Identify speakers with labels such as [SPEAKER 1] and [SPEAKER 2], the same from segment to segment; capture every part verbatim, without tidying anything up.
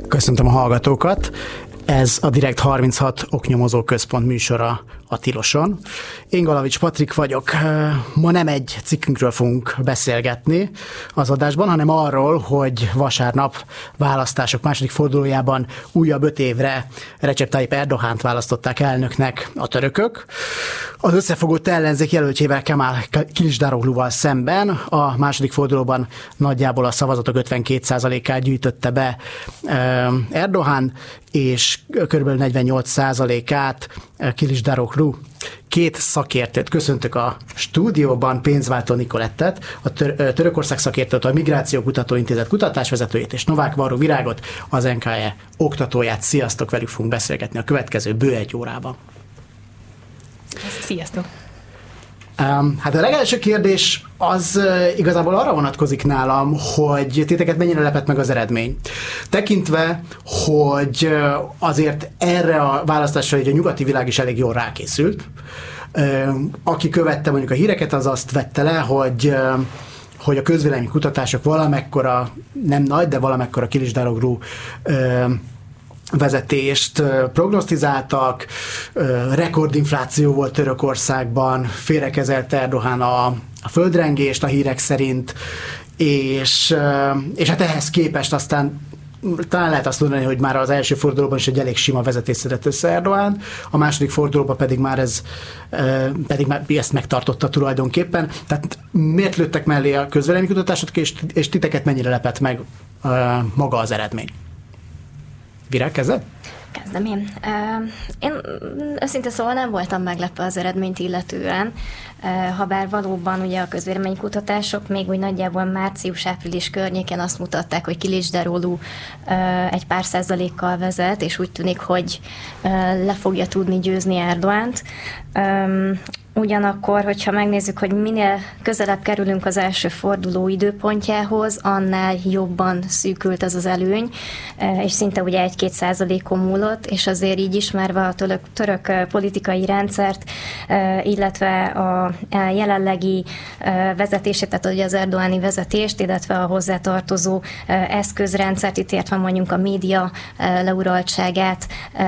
[SPEAKER 1] Köszöntöm a hallgatókat! Ez a Direkt harminchat oknyomozó központ műsora a Tiloson. Én Galavics Patrik vagyok. Ma nem egy cikkünkről fogunk beszélgetni az adásban, hanem arról, hogy vasárnap választások második fordulójában újabb öt évre Recep Tayyip Erdoğant választották elnöknek a törökök. Az összefogott ellenzék jelöltjével Kemal Kılıçdaroğluval szemben a második fordulóban nagyjából a szavazatok ötvenkét százalékát gyűjtötte be Erdoğan, és kb. negyvennyolc százalékát Kılıçdaroğlu. Két szakértőt köszöntök a stúdióban, Pénzváltó Nicolettet, a Tör- Törökország szakértőt, a Migráció Kutatóintézet kutatásvezetőjét, és Novák Varró Virágot, az en ká e oktatóját. Sziasztok, velük fogunk beszélgetni a következő bő egy órában.
[SPEAKER 2] Sziasztok!
[SPEAKER 1] Um, hát a legelső kérdés az uh, igazából arra vonatkozik nálam, hogy titeket mennyire lepett meg az eredmény. Tekintve, hogy uh, azért erre a választásra egy a nyugati világ is elég jól rákészült. Uh, aki követte mondjuk a híreket, az azt vette le, hogy uh, hogy a közvéleménykutatások valamekkora, nem nagy, de valamekkora Kılıçdaroğlu uh, vezetést prognosztizáltak, rekordinfláció volt Törökországban, félrekezelte Erdoğan a, a földrengést a hírek szerint, és, és hát ehhez képest aztán talán lehet azt mondani, hogy már az első fordulóban is egy elég sima vezetés szedett össze Erdoğan, a második fordulóban pedig már ez pedig már ezt megtartotta tulajdonképpen. Tehát miért lőttek mellé a közvéleménykutatások, és, és titeket mennyire lepett meg maga az eredmény? Virág, kezded?
[SPEAKER 3] Kezdem én. Én őszintén szóval nem voltam meglepve az eredményt illetően, habár valóban ugye a közvéleménykutatások még úgy nagyjából március-április környéken azt mutatták, hogy Kılıçdaroğlu egy pár százalékkal vezet, és úgy tűnik, hogy le fogja tudni győzni Erdoğant. Ugyanakkor, hogyha megnézzük, hogy minél közelebb kerülünk az első forduló időpontjához, annál jobban szűkült ez az előny, és szinte ugye egy-két százalékon múlott, és azért így ismerve a török, török politikai rendszert, illetve a jelenlegi vezetését, tehát ugye az Erdoğani vezetést, illetve a hozzátartozó eszközrendszert, itt értve mondjuk a média leuraltságát,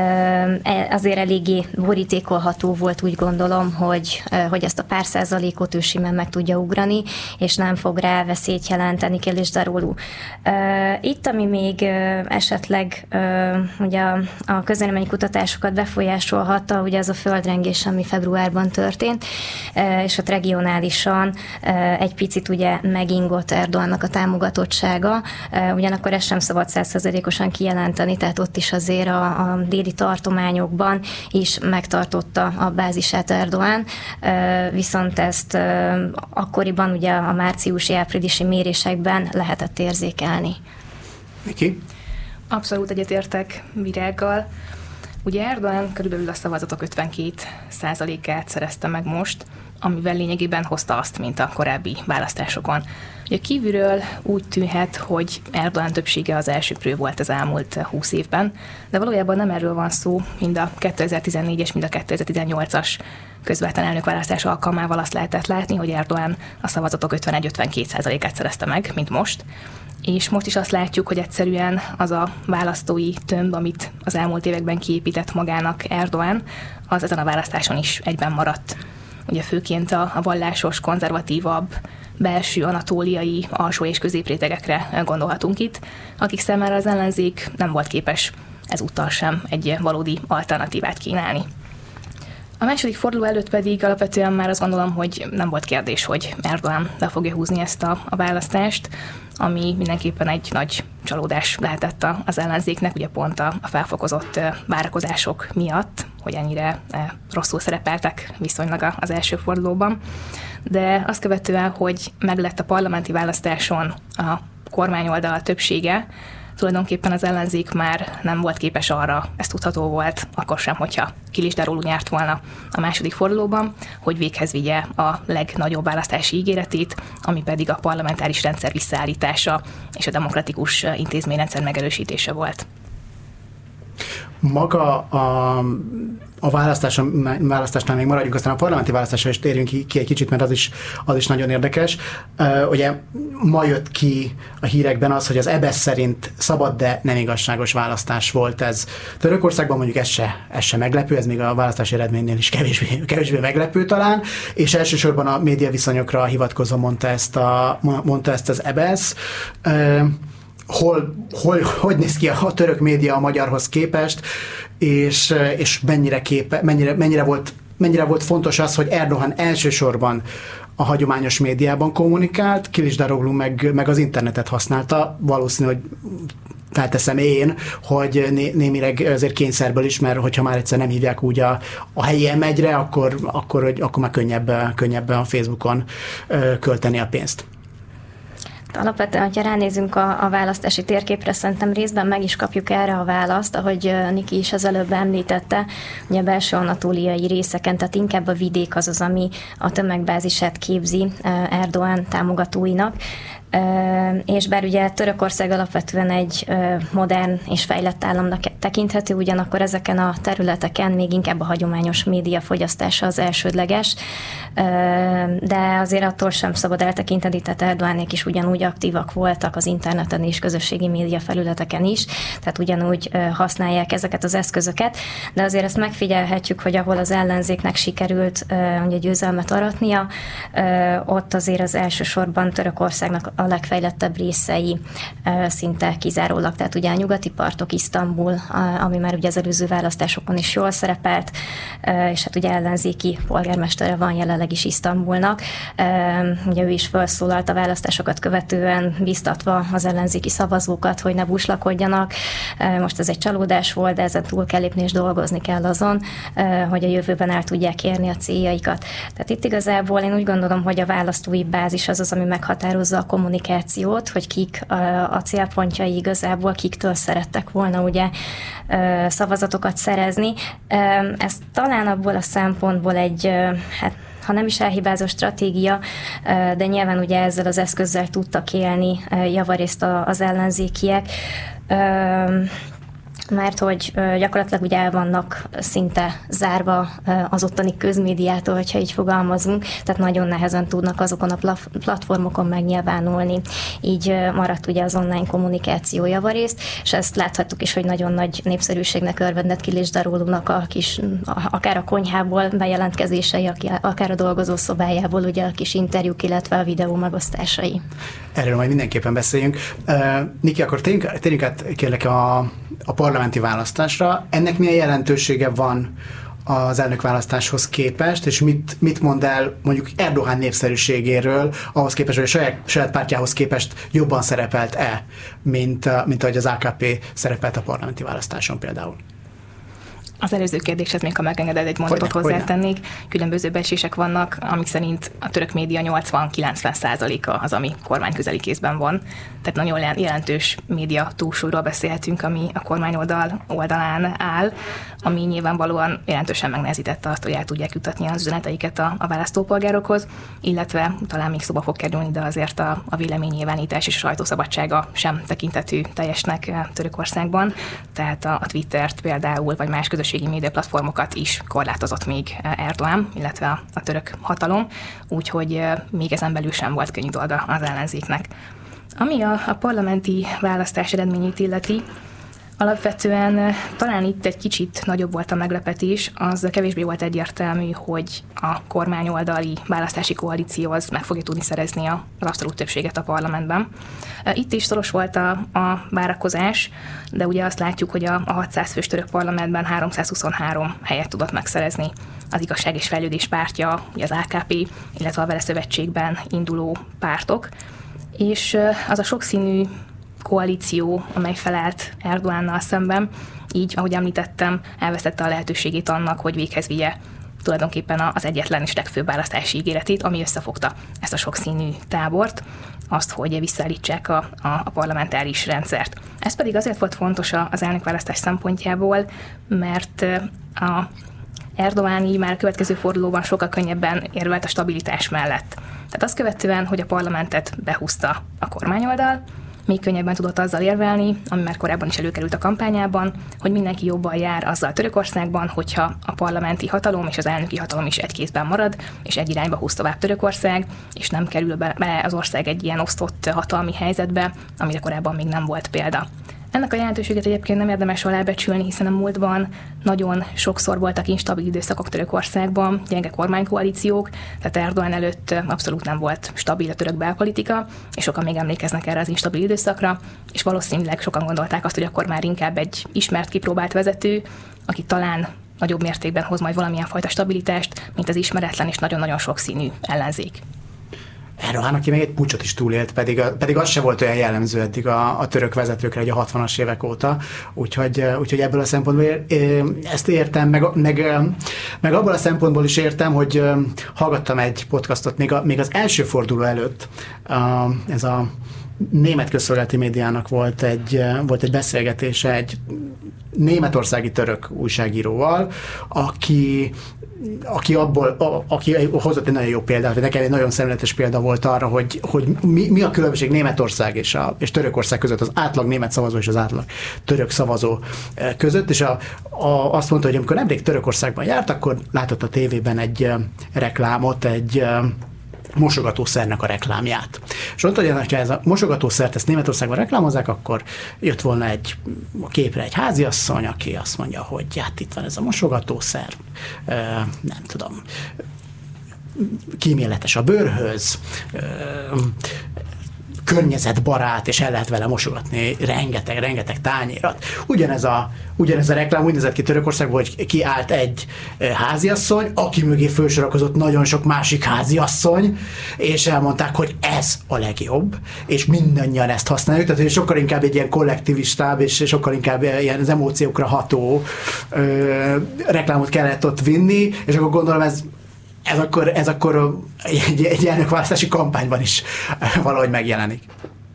[SPEAKER 3] azért eléggé borítékolható volt, úgy gondolom, hogy hogy ezt a pár százalékot ő simán meg tudja ugrani, és nem fog rá veszélyt jelenteni Kılıçdaroğlu. Itt, ami még esetleg ugye a közvéleménykutatásokat befolyásolhatta, ugye az a földrengés, ami februárban történt, és ott regionálisan egy picit ugye megingott Erdoğannak a támogatottsága, ugyanakkor ezt sem szabad száz százalékosan kijelenteni, tehát ott is azért a, a déli tartományokban is megtartotta a bázisát Erdoğan, viszont ezt akkoriban ugye a márciusi-áprilisi mérésekben lehetett érzékelni.
[SPEAKER 1] Miki?
[SPEAKER 2] Abszolút egyetértek Virággal. Ugye Erdoğan körülbelül a szavazatok ötvenkét százalékát szerezte meg most, amivel lényegében hozta azt, mint a korábbi választásokon. Ugye kívülről úgy tűnhet, hogy Erdoğan többsége az elsöprő volt az elmúlt húsz évben, de valójában nem erről van szó, mind a kétezer-tizennégyes, mind a kétezer-tizennyolcas közvetlen elnökválasztás alkalmával azt lehetett látni, hogy Erdoğan a szavazatok ötvenegy-ötvenkét százalékát szerezte meg, mint most. És most is azt látjuk, hogy egyszerűen az a választói tömb, amit az elmúlt években kiépített magának Erdoğan, az ezen a választáson is egyben maradt. Ugye főként a, a vallásos, konzervatívabb, belső anatóliai, alsó és középrétegekre gondolhatunk itt, akik számára az ellenzék nem volt képes ezúttal sem egy valódi alternatívát kínálni. A második forduló előtt pedig alapvetően már azt gondolom, hogy nem volt kérdés, hogy Erdoğan le fogja húzni ezt a, a választást, ami mindenképpen egy nagy csalódás lehetett az ellenzéknek, ugye pont a, a felfokozott várakozások miatt, hogy ennyire rosszul szerepeltek viszonylag az első fordulóban. De azt követően, hogy meglett a parlamenti választáson a kormányoldal többsége, tulajdonképpen az ellenzék már nem volt képes arra, ez tudható volt, akkor sem, hogyha Kılıçdaroğlu nyert volna a második fordulóban, hogy véghez vigye a legnagyobb választási ígéretét, ami pedig a parlamentáris rendszer visszaállítása és a demokratikus intézményrendszer megerősítése volt.
[SPEAKER 1] Maga a, a választás, választásnál még maradjunk, aztán a parlamenti választásra is térjünk ki, ki egy kicsit, mert az is, az is nagyon érdekes. Uh, ugye ma jött ki a hírekben az, hogy az é bé e es szerint szabad, de nem igazságos választás volt ez. Törökországban mondjuk ez se, ez se meglepő, ez még a választási eredménynél is kevésbé, kevésbé meglepő talán, és elsősorban a médiaviszonyokra hivatkozva mondta ezt, a, mondta ezt az é bé e es. Uh, Hol, hol, hogy néz ki a török média a magyarhoz képest, és, és mennyire, képe, mennyire, mennyire, volt, mennyire volt fontos az, hogy Erdogan elsősorban a hagyományos médiában kommunikált, Kilicdaroglu meg, meg az internetet használta, valószínű, hogy felteszem én, hogy né, némileg azért kényszerből is, mert hogyha már egyszer nem hívják úgy a, a helyi em egyre, akkor, akkor, hogy, akkor már könnyebb, könnyebb a Facebookon költeni a pénzt.
[SPEAKER 3] Alapvetően, ha ránézünk a, a választási térképre, szerintem részben meg is kapjuk erre a választ, ahogy Niki is az előbb említette, ugye a belső anatóliai részeken, tehát inkább a vidék az az, ami a tömegbázisát képzi Erdogan támogatóinak. És bár ugye Törökország alapvetően egy modern és fejlett államnak tekinthető, ugyanakkor ezeken a területeken még inkább a hagyományos média fogyasztása az elsődleges, de azért attól sem szabad eltekinteni, tehát Erdoganék is ugyanúgy aktívak voltak az interneten és közösségi média felületeken is, tehát ugyanúgy használják ezeket az eszközöket, de azért ezt megfigyelhetjük, hogy ahol az ellenzéknek sikerült ugye győzelmet aratnia, ott azért az elsősorban Törökországnak a legfejlettebb részei szinte kizárólag, tehát ugye a nyugati partok, Isztambul, ami már ugye az előző választásokon is jól szerepelt, és hát ugye ellenzéki polgármestere van jelenleg is Isztambulnak. Ugye ő is felszólalt a választásokat követően, biztatva az ellenzéki szavazókat, hogy ne buslakodjanak. Most ez egy csalódás volt, de ezen túl kell lépni és dolgozni kell azon, hogy a jövőben el tudják érni a céljaikat. Tehát itt igazából én úgy gondolom, hogy a választói bázis az az, ami meghatározza a kommunikációt, hogy kik a célpontjai igazából, kiktől szerettek volna ugye szavazatokat szerezni. Ez talán abból a szempontból egy, hát ha nem is elhibázó stratégia, de nyilván ugye ezzel az eszközzel tudtak élni javarészt az ellenzékiek, mert hogy gyakorlatilag ugye el vannak szinte zárva az ottani közmédiától, hogyha így fogalmazunk, tehát nagyon nehezen tudnak azokon a platformokon megnyilvánulni. Így maradt ugye az online kommunikáció javarészt, és ezt láthattuk is, hogy nagyon nagy népszerűségnek örvendett Kilicdaroglunak a kis, akár a konyhából bejelentkezései, akár a dolgozó szobájából ugye a kis interjúk, illetve a videó megosztásai.
[SPEAKER 1] Erről majd mindenképpen beszéljünk. Uh, Niki, akkor térjünk, térjünk át kérlek a, a parlamenti választásra. Ennek milyen jelentősége van az elnökválasztáshoz képest, és mit, mit mond el mondjuk Erdogan népszerűségéről, ahhoz képest, hogy a saját, saját pártjához képest jobban szerepelt-e, mint, mint ahogy az á ká pé szerepelt a parlamenti választáson például?
[SPEAKER 2] Az előző kérdéshez még, ha megengeded, egy mondatot hozzátennék. Különböző becslések vannak, amik szerint a török média nyolcvan-kilencven százaléka az, ami kormányközeli kézben van. Tehát nagyon jelentős média túlsúlyról beszélhetünk, ami a kormányoldal oldalán áll, ami nyilvánvalóan jelentősen megnehezítette azt, hogy el tudják jutatni az üzeneteiket a, a választópolgárokhoz, illetve talán még szóba fog kerülni, de azért a, a véleménynyilvánítás és a sajtószabadsága sem tekintetű teljesnek Törökországban. Tehát a, a Twittert például, vagy más közösségi média platformokat is korlátozott még Erdogan, illetve a, a török hatalom, úgyhogy még ezen belül sem volt könnyű dolga az ellenzéknek. Ami a, a parlamenti választás eredményét illeti, alapvetően talán itt egy kicsit nagyobb volt a meglepetés, az kevésbé volt egyértelmű, hogy a kormányoldali választási koalíció az meg fogja tudni szerezni az abszolút többséget a parlamentben. Itt is szoros volt a, a várakozás, de ugye azt látjuk, hogy a, a hatszáz fős török parlamentben háromszázhuszonhárom helyet tudott megszerezni az Igazság és Fejlődés pártja, ugye az á ká pé, illetve a vele szövetségben induló pártok. És az a sokszínű koalíció, amely felállt Erdogannal szemben, így, ahogy említettem, elvesztette a lehetőségét annak, hogy véghez vigye tulajdonképpen az egyetlen és legfőbb választási ígéretét, ami összefogta ezt a sokszínű tábort, azt, hogy visszaállítsák a, a, a parlamentáris rendszert. Ez pedig azért volt fontos az elnökválasztás szempontjából, mert a Erdogan így már a következő fordulóban sokkal könnyebben érvelt a stabilitás mellett. Tehát azt követően, hogy a parlamentet behúzta a kormányoldal, még könnyebben tudott azzal érvelni, ami már korábban is előkerült a kampányában, hogy mindenki jobban jár azzal Törökországban, hogyha a parlamenti hatalom és az elnöki hatalom is egy kézben marad, és egy irányba húz tovább Törökország, és nem kerül be az ország egy ilyen osztott hatalmi helyzetbe, amire korábban még nem volt példa. Ennek a jelentőséget egyébként nem érdemes alábecsülni, hiszen a múltban nagyon sokszor voltak instabil időszakok Törökországban, gyenge kormánykoalíciók, tehát Erdoğan előtt abszolút nem volt stabil a török belpolitika, és sokan még emlékeznek erre az instabil időszakra, és valószínűleg sokan gondolták azt, hogy akkor már inkább egy ismert, kipróbált vezető, aki talán nagyobb mértékben hoz majd valamilyen fajta stabilitást, mint az ismeretlen és nagyon-nagyon sokszínű ellenzék.
[SPEAKER 1] Erdoğan, aki még egy puccsot is túlélt, pedig, pedig az se volt olyan jellemző eddig a, a török vezetőkre egy a hatvanas évek óta, úgyhogy, úgyhogy ebből a szempontból ezt értem, meg, meg, meg abból a szempontból is értem, hogy hallgattam egy podcastot még, a, még az első forduló előtt, ez a német közszolgálati médiának volt egy, volt egy beszélgetése egy németországi török újságíróval, aki aki abból, a, aki hozott egy nagyon jó példát, vagy nekem egy nagyon szemléletes példa volt arra, hogy, hogy mi, mi a különbség Németország és, a, és Törökország között, az átlag német szavazó és az átlag török szavazó között, és a, a, azt mondta, hogy amikor nemrég Törökországban járt, akkor látott a tévében egy reklámot, egy mosogatószernek a reklámját. És mondta, hogy ha ez a mosogatószert ezt Németországban reklámozzák, akkor jött volna egy a képre egy háziasszony, aki azt mondja, hogy hát itt van ez a mosogatószer, nem tudom, kíméletes a bőrhöz, környezetbarát, és el lehet vele mosogatni rengeteg, rengeteg tányérat. Ugyanez a, ugyanez a reklám úgy nézett ki Törökországban, hogy kiállt egy háziasszony, aki mögé fölsorakozott nagyon sok másik háziasszony, és elmondták, hogy ez a legjobb, és mindannyian ezt használjuk, tehát sokkal inkább egy ilyen kollektivistább, és sokkal inkább ilyen az emóciókra ható ö, reklámot kellett ott vinni, és akkor gondolom ez Ez akkor, ez akkor egy, egy elnökválasztási kampányban is valahogy megjelenik.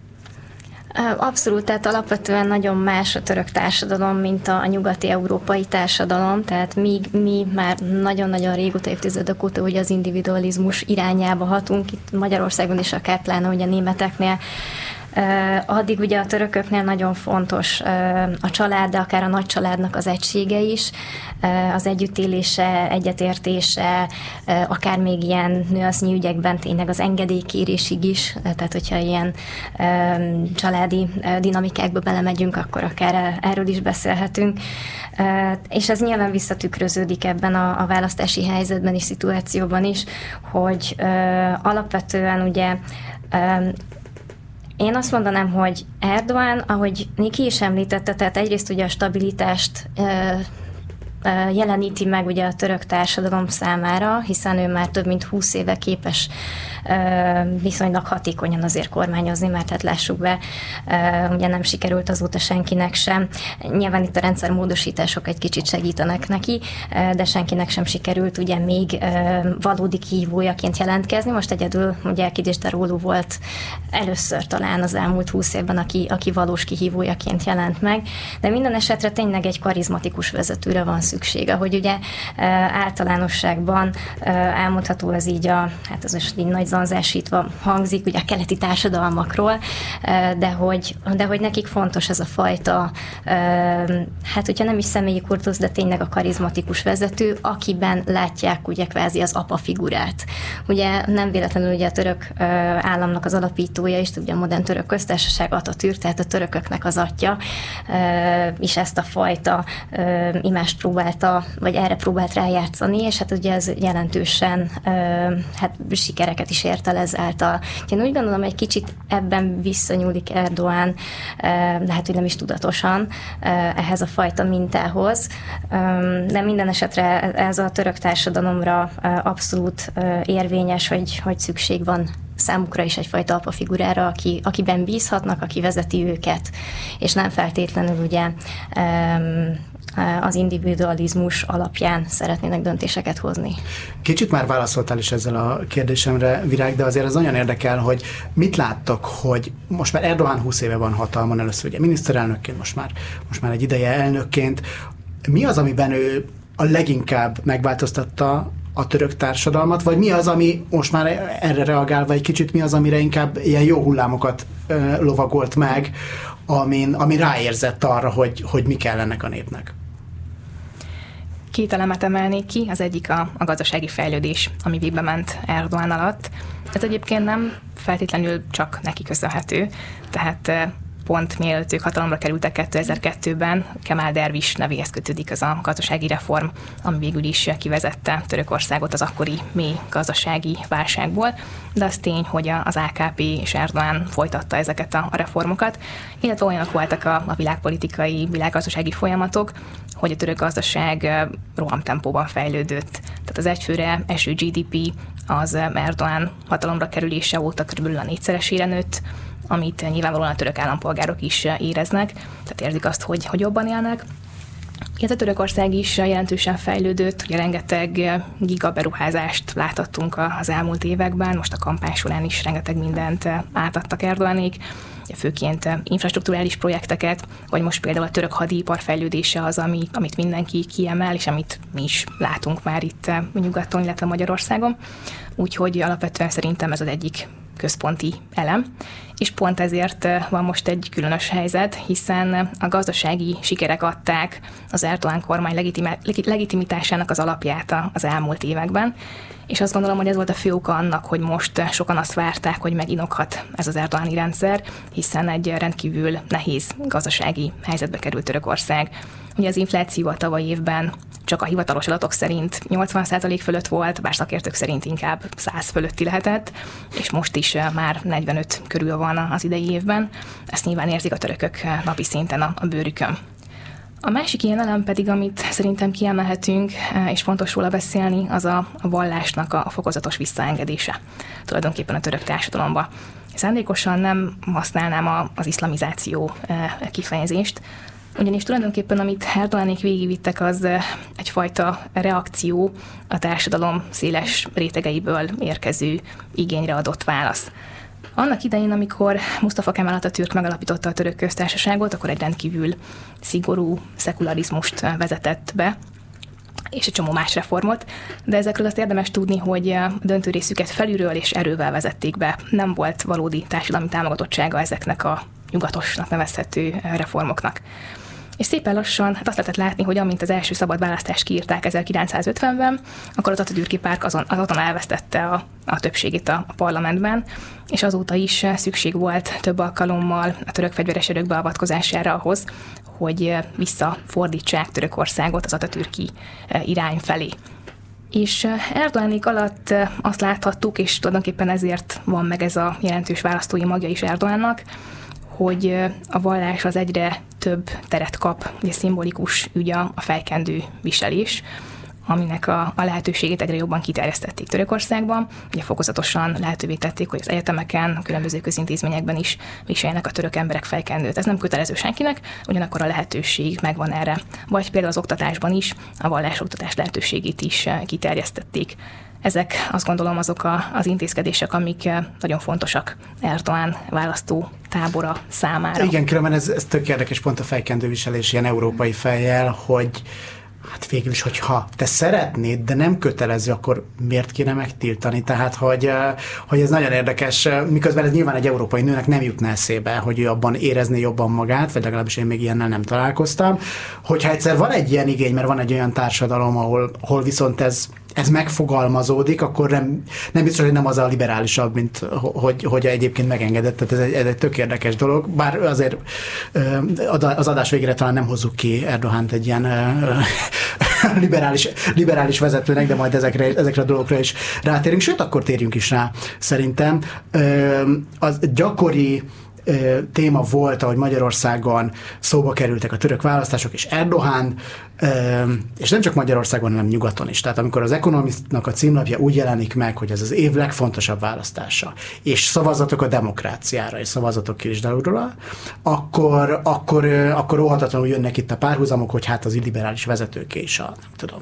[SPEAKER 3] Abszolút, tehát alapvetően nagyon más a török társadalom, mint a nyugati európai társadalom, tehát míg mi már nagyon-nagyon régóta, évtizedek óta ugye az individualizmus irányába hatunk, itt Magyarországon is akár pláne ugye a németeknél, Uh, addig ugye a törököknél nagyon fontos uh, a család, de akár a nagy családnak az egysége is, uh, az együttélése, egyetértése, uh, akár még ilyen nüansznyi ügyekben tényleg az engedélykérésig is, uh, tehát hogyha ilyen uh, családi uh, dinamikákba belemegyünk, akkor akár erről is beszélhetünk. Uh, és ez nyilván visszatükröződik ebben a, a választási helyzetben és szituációban is, hogy uh, alapvetően ugye uh, én azt mondanám, hogy Erdoğan, ahogy Niki is említette, tehát egyrészt ugye a stabilitást ö, ö, jeleníti meg ugye a török társadalom számára, hiszen ő már több mint húsz éve képes ö, viszonylag hatékonyan azért kormányozni, mert hát lássuk be, ö, ugye nem sikerült azóta senkinek sem. Nyilván itt a rendszermódosítások egy kicsit segítenek neki, ö, de senkinek sem sikerült ugye még ö, valódi kihívójaként jelentkezni. Most egyedül ugye Kilic Daroglu volt először talán az elmúlt húsz évben, aki, aki valós kihívójaként jelent meg, de minden esetre tényleg egy karizmatikus vezetőre van szüksége, hogy ugye ö, általánosságban ö, elmondható az így a, hát az most így nagy zanzásítva hangzik, ugye a keleti társadalmakról, de hogy, de hogy nekik fontos ez a fajta, hát hogyha nem is személyi kultusz, de tényleg a karizmatikus vezető, akiben látják ugye kvázi az apa figurát. Ugye nem véletlenül ugye a török államnak az alapítója is, ugye a modern török köztársaság Atatürk, tehát a törököknek az atya, és ezt a fajta imást próbálta, vagy erre próbált rájátszani, és hát ugye ez jelentősen hát sikereket is ért el ezáltal. Én úgy gondolom, egy kicsit ebben visszanyúlik Erdoğan, de hát úgy nem is tudatosan ehhez a fajta mintához. De minden esetre ez a török társadalomra abszolút érvényes, hogy, hogy szükség van számukra is egyfajta apa figurára, aki, akiben bízhatnak, aki vezeti őket, és nem feltétlenül ugye az individualizmus alapján szeretnének döntéseket hozni.
[SPEAKER 1] Kicsit már válaszoltál is ezzel a kérdésemre, Virág, de azért az nagyon érdekel, hogy mit láttok, hogy most már Erdoğan húsz éve van hatalmon, először ugye miniszterelnökként, most már, most már egy ideje elnökként. Mi az, amiben ő a leginkább megváltoztatta a török társadalmat, vagy mi az, ami most már erre reagálva egy kicsit, mi az, amire inkább ilyen jó hullámokat ö, lovagolt meg, amin, ami ráérzett arra, hogy, hogy mi kell ennek a népnek.
[SPEAKER 2] Két elemet emelnék ki, az egyik a, a gazdasági fejlődés, ami végbe ment Erdoğan alatt. Ez egyébként nem feltétlenül csak neki köszönhető, tehát pont mielőtt ők hatalomra kerültek kétezer-kettőben, Kemal Dervish nevéhez kötődik az a gazdasági reform, ami végül is kivezette Törökországot az akkori mély gazdasági válságból, de az tény, hogy az á ká pé és Erdoğan folytatta ezeket a reformokat, illetve olyanok voltak a, a világpolitikai, világgazdasági folyamatok, hogy a török gazdaság rohamtempóban fejlődött. Tehát az egyfőre eső gé dé pé az Erdoğan hatalomra kerülése óta körülbelül a négyszeresére nőtt, amit nyilvánvalóan a török állampolgárok is éreznek, tehát érzik azt, hogy, hogy jobban élnek. Illetve Törökország is jelentősen fejlődött, ugye rengeteg gigaberuházást láthattunk az elmúlt években, most a kampány során is rengeteg mindent átadtak Erdoğanék, főként infrastrukturális projekteket, vagy most például a török hadipar fejlődése az, ami, amit mindenki kiemel, és amit mi is látunk már itt nyugaton, illetve Magyarországon. Úgyhogy alapvetően szerintem ez az egyik központi elem, és pont ezért van most egy különös helyzet, hiszen a gazdasági sikerek adták az Erdoğan kormány legitimi- legitimitásának az alapját az elmúlt években, és azt gondolom, hogy ez volt a fő oka annak, hogy most sokan azt várták, hogy meginokhat ez az Erdoğani rendszer, hiszen egy rendkívül nehéz gazdasági helyzetbe került Törökország. Ugye az infláció a tavalyi évben csak a hivatalos adatok szerint nyolcvan százalék fölött volt, bár szakértők szerint inkább száz fölötti lehetett, és most is már negyvenöt körül van az idei évben. Ezt nyilván érzik a törökök napi szinten a bőrükön. A másik ilyen elem pedig, amit szerintem kiemelhetünk, és fontos róla beszélni, az a vallásnak a fokozatos visszaengedése tulajdonképpen a török társadalomba. Szándékosan nem használnám az iszlamizáció kifejezést, ugyanis tulajdonképpen amit Erdoğanék végigvittek, az egyfajta reakció a társadalom széles rétegeiből érkező igényre adott válasz. Annak idején, amikor Mustafa Kemal Atatürk megalapította a török köztársaságot, akkor egy rendkívül szigorú szekularizmust vezetett be, és egy csomó más reformot, de ezekről azt érdemes tudni, hogy a döntő részüket felülről és erővel vezették be. Nem volt valódi társadalmi támogatottsága ezeknek a nyugatosnak nevezhető reformoknak. És szépen lassan hát azt lehetett látni, hogy amint az első szabad választást kiírták ezerkilencszázötvenben, akkor az Atatürki párt azon, azon elvesztette a, a többségét a, a parlamentben, és azóta is szükség volt több alkalommal a török fegyveres erők beavatkozására ahhoz, hogy visszafordítsák Törökországot az atatürki irány felé. És Erdoğanék alatt azt láthattuk, és tulajdonképpen ezért van meg ez a jelentős választói magja is Erdoğannak, hogy a vallás az egyre több teret kap, ugye szimbolikus ügy a fejkendő viselés, aminek a, a lehetőségét egyre jobban kiterjesztették Törökországban. Ugye fokozatosan lehetővé tették, hogy az egyetemeken, a különböző közintézményekben is viseljenek a török emberek fejkendőt. Ez nem kötelező senkinek, ugyanakkor a lehetőség megvan erre. Vagy például az oktatásban is, a vallásoktatás lehetőségét is kiterjesztették. Ezek azt gondolom azok a, az intézkedések, amik nagyon fontosak Erdoğan választó tábora számára.
[SPEAKER 1] Igen, különben ez, ez tök érdekes pont a fejkendőviselés ilyen európai fejjel, hogy hát végül is, hogyha te szeretnéd, de nem kötelező, akkor miért kéne megtiltani? Tehát, hogy, hogy ez nagyon érdekes, miközben ez nyilván egy európai nőnek nem jutna eszébe, hogy ő abban érezné jobban magát, vagy legalábbis én még ilyennel nem találkoztam. Hogyha egyszer van egy ilyen igény, mert van egy olyan társadalom, ahol, ahol viszont ez ez megfogalmazódik, akkor nem, nem biztos, hogy nem az a liberálisabb, mint hogy, hogy egyébként megengedett. Tehát ez egy, ez egy tök érdekes dolog, bár azért az adás végére talán nem hozzuk ki Erdoğant egy ilyen liberális, liberális vezetőnek, de majd ezekre, ezekre a dolgokra is rátérünk, sőt, akkor térjünk is rá szerintem. Az gyakori téma volt, ahogy Magyarországon szóba kerültek a török választások, és Erdoğan, és nem csak Magyarországon, hanem nyugaton is. Tehát amikor az Economistnak a címlapja úgy jelenik meg, hogy ez az év legfontosabb választása, és szavazatok a demokráciára, és szavazatok Kilicdaroglura, akkor, akkor, akkor óhatatlanul jönnek itt a párhuzamok, hogy hát az illiberális vezetőké is a, nem tudom.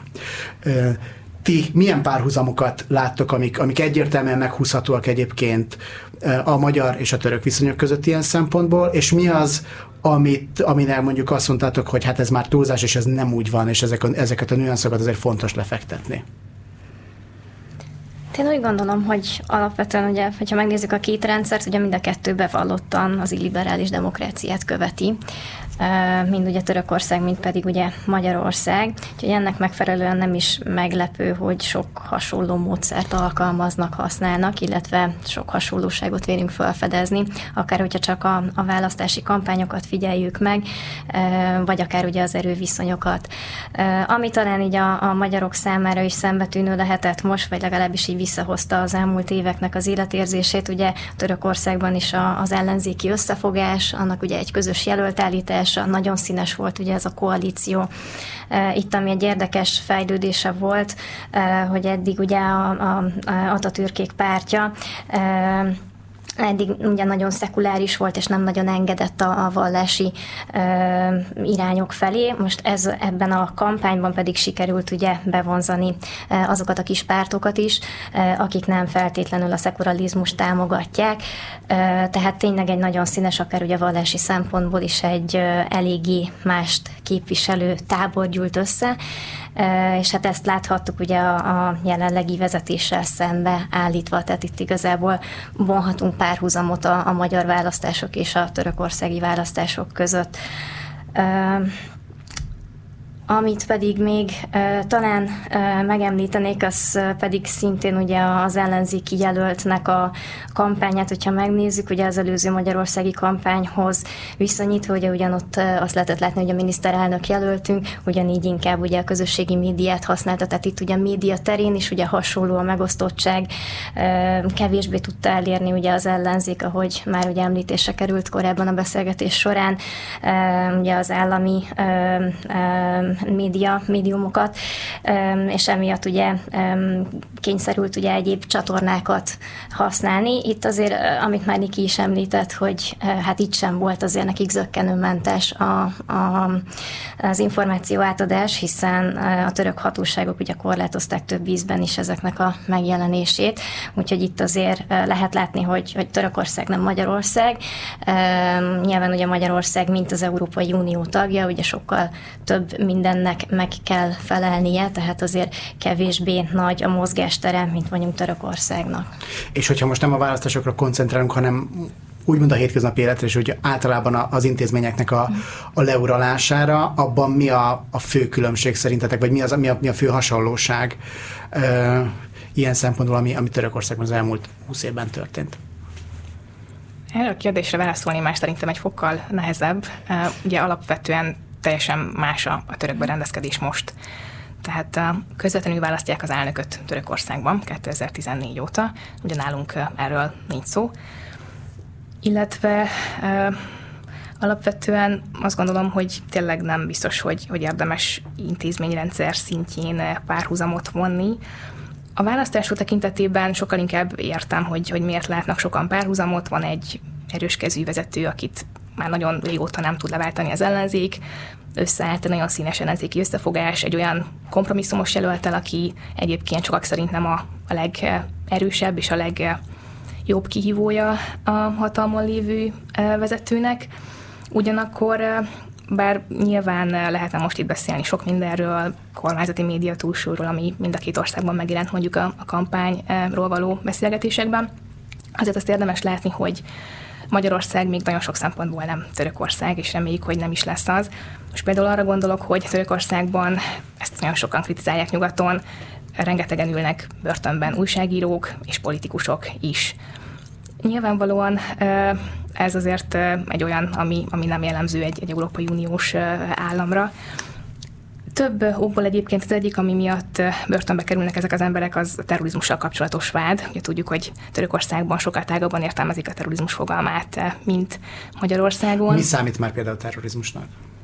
[SPEAKER 1] Ti milyen párhuzamokat láttok, amik, amik egyértelműen meghúzhatóak egyébként a magyar és a török viszonyok között ilyen szempontból, és mi az, amit, aminek mondjuk azt mondtátok, hogy hát ez már túlzás, és ez nem úgy van, és ezek a, ezeket a nüanszokat azért fontos lefektetni?
[SPEAKER 3] Én úgy gondolom, hogy alapvetően, ugye, hogyha megnézzük a két rendszert, ugye mind a kettő bevallottan az illiberális demokráciát követi, mind ugye Törökország, mind pedig ugye Magyarország. Úgyhogy ennek megfelelően nem is meglepő, hogy sok hasonló módszert alkalmaznak, használnak, illetve sok hasonlóságot vélünk felfedezni, akár hogyha csak a, a választási kampányokat figyeljük meg, vagy akár ugye az erőviszonyokat. Ami talán így a, a magyarok számára is szembetűnő lehetett most, vagy legalábbis így visszahozta az elmúlt éveknek az életérzését, ugye Törökországban is a, az ellenzéki összefogás, annak ugye egy közös jelöltállítás, nagyon színes volt ugye ez a koalíció. Itt, ami egy érdekes fejlődése volt, hogy eddig ugye a, a, a Atatürkék pártja eddig ugye nagyon szekuláris volt, és nem nagyon engedett a, a vallási ö, irányok felé. Most ez, ebben a kampányban pedig sikerült ugye bevonzani ö, azokat a kis pártokat is, ö, akik nem feltétlenül a szekularizmust támogatják. Ö, tehát tényleg egy nagyon színes, akár ugye vallási szempontból is egy ö, eléggé mást képviselő tábor gyűlt össze, és hát ezt láthattuk ugye a, a jelenlegi vezetéssel szembe állítva, tehát itt igazából vonhatunk párhuzamot a, a magyar választások és a törökországi választások között. Amit pedig még uh, talán uh, megemlítenék, az uh, pedig szintén ugye az ellenzéki jelöltnek a kampányát, hogyha megnézzük, ugye az előző magyarországi kampányhoz viszonyítva, ugye ugyanott uh, azt lehetett látni, hogy a miniszterelnök jelöltünk, ugyanígy inkább ugye a közösségi médiát használta, tehát itt ugye a média terén is ugye hasonló a megosztottság, uh, kevésbé tudta elérni ugye az ellenzék, ahogy már ugye említésre került korábban a beszélgetés során, uh, ugye az állami uh, uh, média, médiumokat, és emiatt ugye kényszerült ugye egyéb csatornákat használni. Itt azért, amit már Niki is említett, hogy hát itt sem volt azért nekik zökkenőmentes a, a, az információ átadás, hiszen a török hatóságok ugye korlátozták több ízben is ezeknek a megjelenését, úgyhogy itt azért lehet látni, hogy, hogy Törökország nem Magyarország. Nyilván ugye Magyarország, mint az Európai Unió tagja, ugye sokkal több mindennek meg kell felelnie, tehát azért kevésbé nagy a mozgástere, mint mondjuk Törökországnak.
[SPEAKER 1] És hogyha most nem a választásokra koncentrálunk, hanem úgymond a hétköznapi életre, és hogy általában az intézményeknek a, a leuralására, abban mi a, a fő különbség szerintetek, vagy mi, az, mi, a, mi a fő hasonlóság ö, ilyen szempontból, ami, ami Törökországban az elmúlt húsz évben történt?
[SPEAKER 2] Erre a kérdésre válaszolni más szerintem egy fokkal nehezebb. Ugye alapvetően teljesen más a, a török berendezkedés most. Tehát közvetlenül választják az elnököt Törökországban kétezer-tizennégy óta, ugye nálunk erről nincs szó. Illetve uh, alapvetően azt gondolom, hogy tényleg nem biztos, hogy, hogy érdemes intézményrendszer szintjén párhuzamot vonni. A választások tekintetében sokkal inkább értem, hogy, hogy miért látnak sokan párhuzamot. Van egy erős kezű vezető, akit már nagyon régóta nem tud leváltani az ellenzék, összeállt egy nagyon színes ellenzéki összefogás, egy olyan kompromisszumos jelöltel, aki egyébként sokak szerint nem a, a legerősebb és a legjobb kihívója a hatalmon lévő vezetőnek. Ugyanakkor, bár nyilván lehetne most itt beszélni sok mindenről, kormányzati média túlsúlyról, ami mind a két országban megjelent mondjuk a, a kampányról való beszélgetésekben, azért azt érdemes látni, hogy Magyarország még nagyon sok szempontból nem Törökország, és reméljük, hogy nem is lesz az. Most például arra gondolok, hogy Törökországban, ezt nagyon sokan kritizálják nyugaton, rengetegen ülnek börtönben újságírók és politikusok is. Nyilvánvalóan ez azért egy olyan, ami, ami nem jellemző egy, egy Európai Uniós államra. Több okból egyébként az egyik, ami miatt börtönbe kerülnek ezek az emberek, az a terrorizmussal kapcsolatos vád. Ugye tudjuk, hogy Törökországban sokkal tágabban értelmezik a terrorizmus fogalmát, mint Magyarországon.
[SPEAKER 1] Mi számít már például a terrorizmusnak?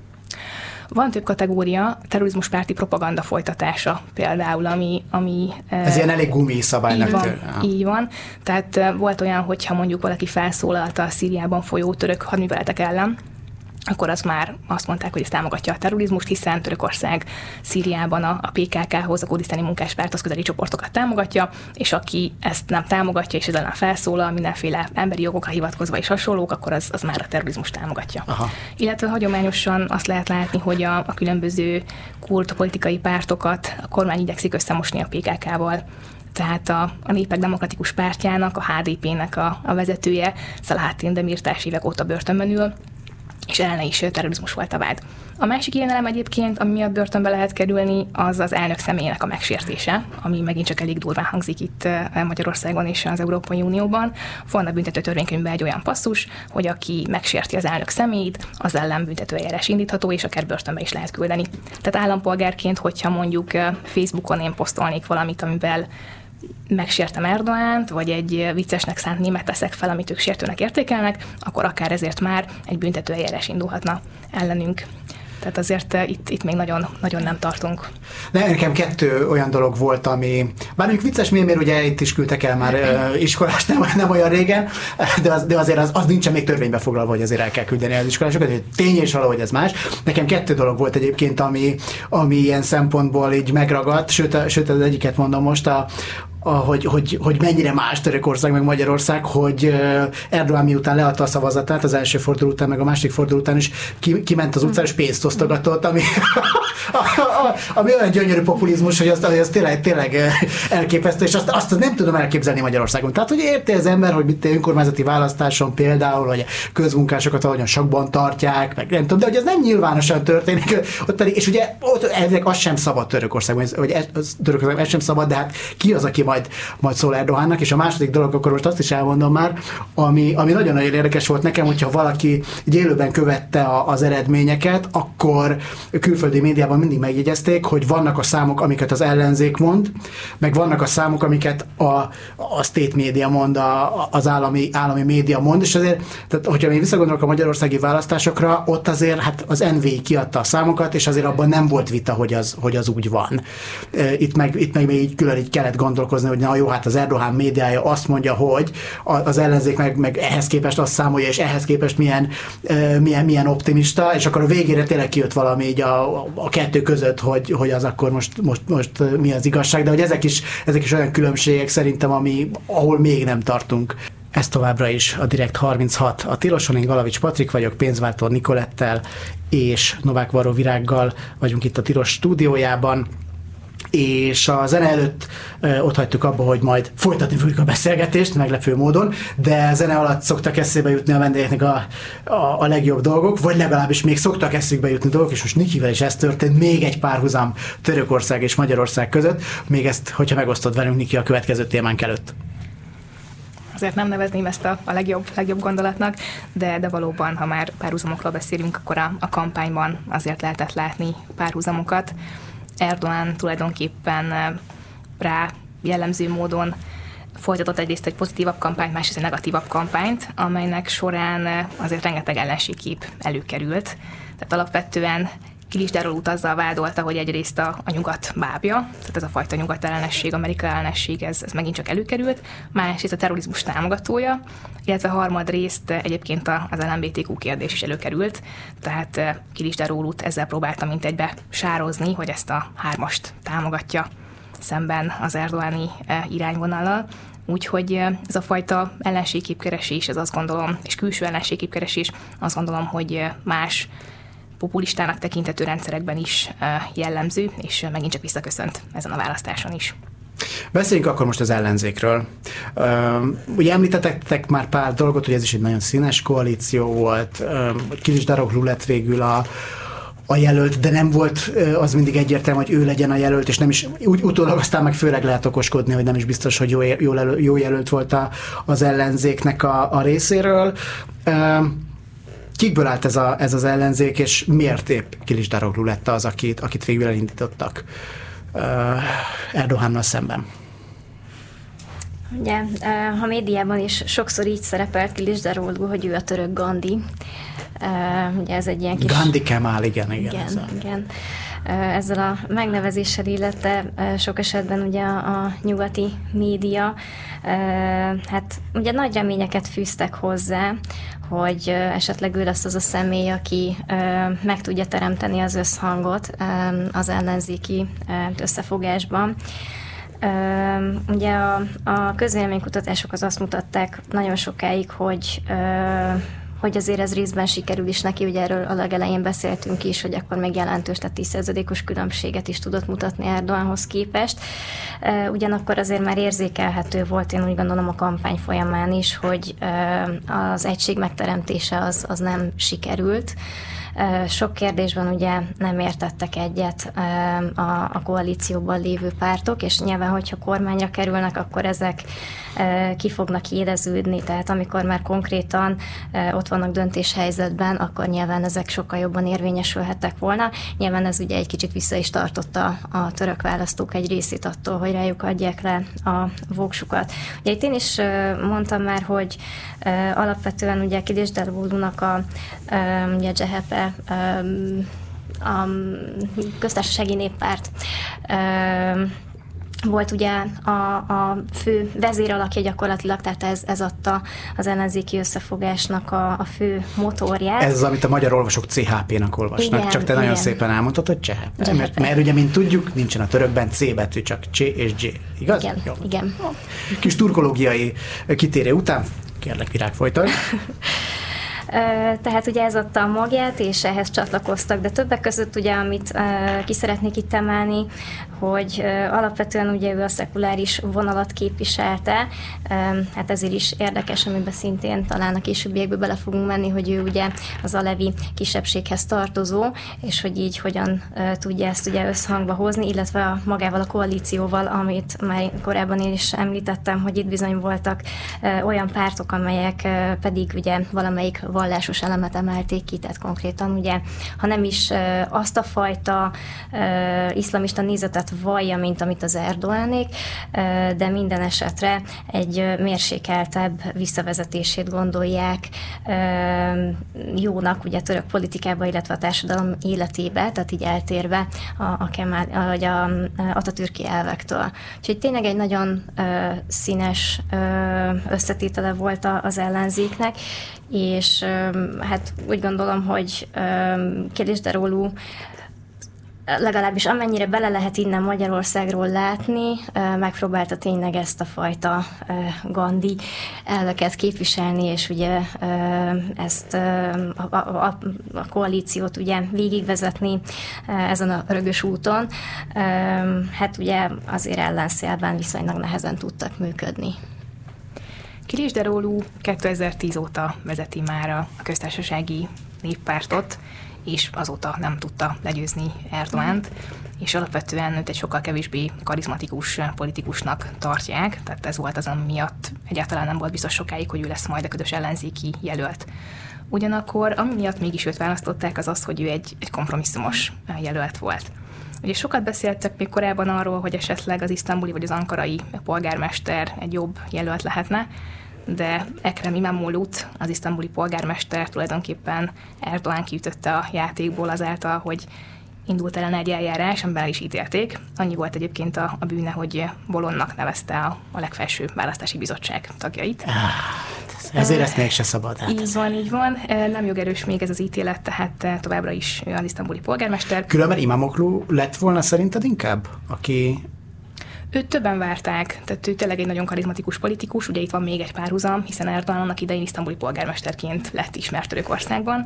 [SPEAKER 2] Van több kategória, terrorizmuspárti propaganda folytatása például, ami... ami
[SPEAKER 1] Ez ilyen elég gumi szabálynak.
[SPEAKER 2] Így van, így van. Tehát volt olyan, hogyha mondjuk valaki felszólalt a Szíriában folyó török hadműveletek ellen, akkor az már azt mondták, hogy ez támogatja a terrorizmust, hiszen Törökország Szíriában a, a pé ká ká-hoz, a kurdisztáni munkáspárthoz közeli csoportokat támogatja, és aki ezt nem támogatja, és ez ellen felszólal, mindenféle emberi jogokra hivatkozva és hasonlók, akkor az, az már a terrorizmust támogatja. Aha. Illetve hagyományosan azt lehet látni, hogy a, a különböző kurd politikai pártokat a kormány igyekszik összemosni a pé ká ká-val. tehát a, a Népek Demokratikus Pártjának, a há dé pének a, a vezetője, Szalahattin Demirtas évek óta börtönben ül, és ellene is terrorizmus volt a vád. A másik ilyen elem egyébként, ami miatt börtönbe lehet kerülni, az az elnök személyének a megsértése, ami megint csak elég durván hangzik itt Magyarországon és az Európai Unióban. Van a büntető törvénykönyvben egy olyan passzus, hogy aki megsérti az elnök személyét, az ellen büntetőeljárás indítható, és akár börtönbe is lehet küldeni. Tehát állampolgárként, hogyha mondjuk Facebookon én posztolnék valamit, amivel megsértem Erdoánt, vagy egy viccesnek szánt mémet teszek fel, amit ők sértőnek értékelnek, akkor akár ezért már egy büntetőeljárás indulhatna ellenünk. Tehát azért itt, itt még nagyon, nagyon nem tartunk.
[SPEAKER 1] De nekem kettő olyan dolog volt, ami, bár mondjuk vicces mémér, ugye itt is küldtek el már uh, iskolást, nem, nem olyan régen, de, az, de azért az, az nincsen még törvénybe foglalva, hogy azért el kell küldeni az iskolásokat, hogy tény és valahogy ez más. Nekem kettő dolog volt egyébként, ami, ami ilyen szempontból így megragadt, sőt, sőt az egyiket mondom most, a, a, hogy, hogy, hogy mennyire más Törökország meg Magyarország, hogy Erdoğan miután leadta a szavazatát az első forduló után, meg a második forduló után is ki, kiment az utcára és pénzt osztogatott, ami, ami olyan gyönyörű populizmus, hogy azt, az tényleg, tényleg elképesztő, és azt, azt nem tudom elképzelni Magyarországon. Tehát, hogy érti az ember, hogy mit önkormányzati választáson például, hogy közmunkásokat ahogyan sakban tartják, meg nem tudom, de hogy ez nem nyilvánosan történik, ott pedig, és ugye ott elvileg az sem szabad Törökországban, vagy ez, az, Törökországban ez sem szabad, de hát ki az, aki majd, majd szól Erdoğannak, és a második dolog, akkor most azt is elmondom már, ami, ami nagyon-nagyon érdekes volt nekem, hogyha valaki élőben követte a, az eredményeket, akkor külföldi médiában mindig megjegyezték, hogy vannak a számok, amiket az ellenzék mond, meg vannak a számok, amiket a, a state média mond, a, az állami, állami média mond, és azért, tehát, hogyha én visszagondolok a magyarországi választásokra, ott azért hát az en vé i kiadta a számokat, és azért abban nem volt vita, hogy az, hogy az úgy van. Itt meg, itt meg még így külön így kellett gondolkozni, hogy na jó, hát az Erdoğan médiája azt mondja, hogy az ellenzék meg, meg ehhez képest azt számolja, és ehhez képest milyen, milyen, milyen optimista, és akkor a végére tényleg kijött valami így a, a kettő között, hogy, hogy az akkor most, most, most mi az igazság, de hogy ezek is, ezek is olyan különbségek szerintem, ami, ahol még nem tartunk. Ez továbbra is a Direkt harminchat. A Tiloson, én Galavics Patrik vagyok, pénzváltó Nikolettel és Novák Varró Virággal vagyunk itt a Tilos stúdiójában, és a zene előtt ö, ott hagytuk abba, hogy majd folytatni fogjuk a beszélgetést, meglepő módon, de a zene alatt szoktak eszébe jutni a vendégeknek a, a, a legjobb dolgok, vagy legalábbis még szoktak eszükbe jutni dolgok, és most Nikivel is ez történt, még egy párhuzam Törökország és Magyarország között, még ezt, hogyha megosztod velünk, Niki, a következő témánk előtt.
[SPEAKER 2] Azért nem nevezném ezt a, a legjobb, legjobb gondolatnak, de, de valóban, ha már párhuzamokról beszélünk, akkor a, a kampányban azért lehetett látni párhuzamokat. Erdoğan tulajdonképpen rá jellemző módon folytatott egyrészt egy pozitívabb kampányt, másrészt egy negatívabb kampányt, amelynek során azért rengeteg ellenségkép előkerült. Tehát alapvetően Kilicdaroglu azzal vádolta, hogy egyrészt a, a nyugat bábja, tehát ez a fajta nyugat ellenesség, Amerika ellenesség, ez, ez megint csak előkerült, másrészt a terrorizmus támogatója, illetve harmadrészt egyébként az el em bé té kú kérdés is előkerült, tehát Kilicdaroglut ezzel próbálta mint egybe sározni, hogy ezt a hármast támogatja szemben az Erdoğani irányvonallal. Úgyhogy ez a fajta ellenségképkeresés, ez azt gondolom, és külső ellenségképkeresés, azt gondolom, hogy más populistának tekintető rendszerekben is jellemző, és megint csak visszaköszönt ezen a választáson is.
[SPEAKER 1] Beszéljünk akkor most az ellenzékről. Uh, ugye említettek már pár dolgot, hogy ez is egy nagyon színes koalíció volt, uh, Kilicdaroglu lett végül a a jelölt, de nem volt az mindig egyértelmű, hogy ő legyen a jelölt, és nem is úgy utólag aztán meg főleg lehet okoskodni, hogy nem is biztos, hogy jó, jó, jó jelölt volt a, az ellenzéknek a, a részéről. Uh, Kikből állt ez, a, ez az ellenzék, és miért épp Kilicdaroglu lett az, akit, akit végül elindítottak uh, Erdoğannal szemben?
[SPEAKER 3] Ugye, a médiában is sokszor így szerepelt Kilicdaroglu, hogy ő a török Gandhi. Ugye ez egy ilyen kis...
[SPEAKER 1] Gandhi Kemal, igen, igen.
[SPEAKER 3] Igen,
[SPEAKER 1] ezzel.
[SPEAKER 3] igen. Ezzel a megnevezéssel illette sok esetben ugye a nyugati média, hát ugye nagy reményeket fűztek hozzá, hogy esetleg ő lesz az a személy, aki meg tudja teremteni az összhangot az ellenzéki összefogásban. Ugye a, a közvéleménykutatások az azt mutatták nagyon sokáig, hogy hogy azért ez részben sikerül is neki, ugye erről a legelején beszéltünk is, hogy akkor meg jelentős, tehát tíz százalékos különbséget is tudott mutatni Erdoğanhoz képest. Ugyanakkor azért már érzékelhető volt, én úgy gondolom a kampány folyamán is, hogy az egység megteremtése az, az nem sikerült. Sok kérdésben ugye nem értettek egyet a, a koalícióban lévő pártok, és nyilván, hogyha kormányra kerülnek, akkor ezek ki fognak éreződni, tehát amikor már konkrétan ott vannak döntéshelyzetben, akkor nyilván ezek sokkal jobban érvényesülhettek volna. Nyilván ez ugye egy kicsit vissza is tartotta a török választók egy részét attól, hogy rájuk adják le a voksukat. Ugye itt én is mondtam már, hogy alapvetően ugye Kilicdaroglunak a ugye cé há pé a köztársasági néppárt volt ugye a, a fő vezéralakja gyakorlatilag, tehát ez, ez adta az ellenzéki összefogásnak a, a fő motorját.
[SPEAKER 1] Ez az, amit a magyar olvasók cé há pének olvasnak, igen, csak te igen. Nagyon szépen elmondtad, hogy cé há pé. Mert, mert ugye, mint tudjuk, nincsen a törökben C betű, csak C és G. Igaz?
[SPEAKER 3] Igen,
[SPEAKER 1] jó.
[SPEAKER 3] igen.
[SPEAKER 1] Kis turkológiai kitérő után, kérlek, Virág, folytasd.
[SPEAKER 3] Tehát ugye ez adta a magját, és ehhez csatlakoztak, de többek között ugye, amit uh, ki szeretnék itt emelni, hogy uh, alapvetően ugye ő a szekuláris vonalat képviselte, um, hát ezért is érdekes, amiben szintén talán a későbbiekbe bele fogunk menni, hogy ő ugye az alevi kisebbséghez tartozó, és hogy így hogyan uh, tudja ezt ugye összhangba hozni, illetve a, magával a koalícióval, amit már korábban én is említettem, hogy itt bizony voltak uh, olyan pártok, amelyek uh, pedig ugye valamelyik vallásos elemet emelték ki, tehát konkrétan ugye, ha nem is uh, azt a fajta uh, iszlamista nézetet vallja, mint amit az Erdoğanék, uh, de minden esetre egy uh, mérsékeltebb visszavezetését gondolják uh, jónak ugye a török politikába, illetve a társadalom életébe, tehát így eltérve a, a, Kemal, a, a atatürki elvektől. Úgyhogy tényleg egy nagyon uh, színes uh, összetétele volt az ellenzéknek, és hát úgy gondolom, hogy Kilicdaroglu legalábbis amennyire bele lehet innen Magyarországról látni, megpróbálta tényleg ezt a fajta Gandhi elveket képviselni, és ugye ezt a, a, a koalíciót ugye végigvezetni ezen a rögös úton. Hát ugye azért ellenszélben viszonylag nehezen tudtak működni.
[SPEAKER 2] Kilicdaroglu kétezer-tíz óta vezeti már a köztársasági néppártot, és azóta nem tudta legyőzni Erdoğant, és alapvetően őt egy sokkal kevésbé karizmatikus politikusnak tartják, tehát ez volt az, ami miatt egyáltalán nem volt biztos sokáig, hogy ő lesz majd a közös ellenzéki jelölt. Ugyanakkor, ami miatt mégis őt választották, az az, hogy ő egy, egy kompromisszumos jelölt volt. Ugye sokat beszéltek még korábban arról, hogy esetleg az isztambuli vagy az ankarai polgármester egy jobb jelölt lehetne, de Ekrem İmamoğlu't, az isztambuli polgármester tulajdonképpen Erdoğan kiütötte a játékból azáltal, hogy indult ellen egy eljárás, amiben el is ítélték. Annyi volt egyébként a, a bűne, hogy bolondnak nevezte a, a legfelsőbb választási bizottság tagjait.
[SPEAKER 1] Ezért ezt mégse szabad. Hát
[SPEAKER 2] így van, így van. Nem jogerős még ez az ítélet, tehát továbbra is az isztambuli polgármester.
[SPEAKER 1] Különben İmamoğlu lett volna szerinted inkább, aki...
[SPEAKER 2] Őt többen várták, tehát ő tényleg egy nagyon karizmatikus politikus, ugye itt van még egy párhuzam, hiszen Erdoğan annak idején isztambuli polgármesterként lett ismert Törökországban,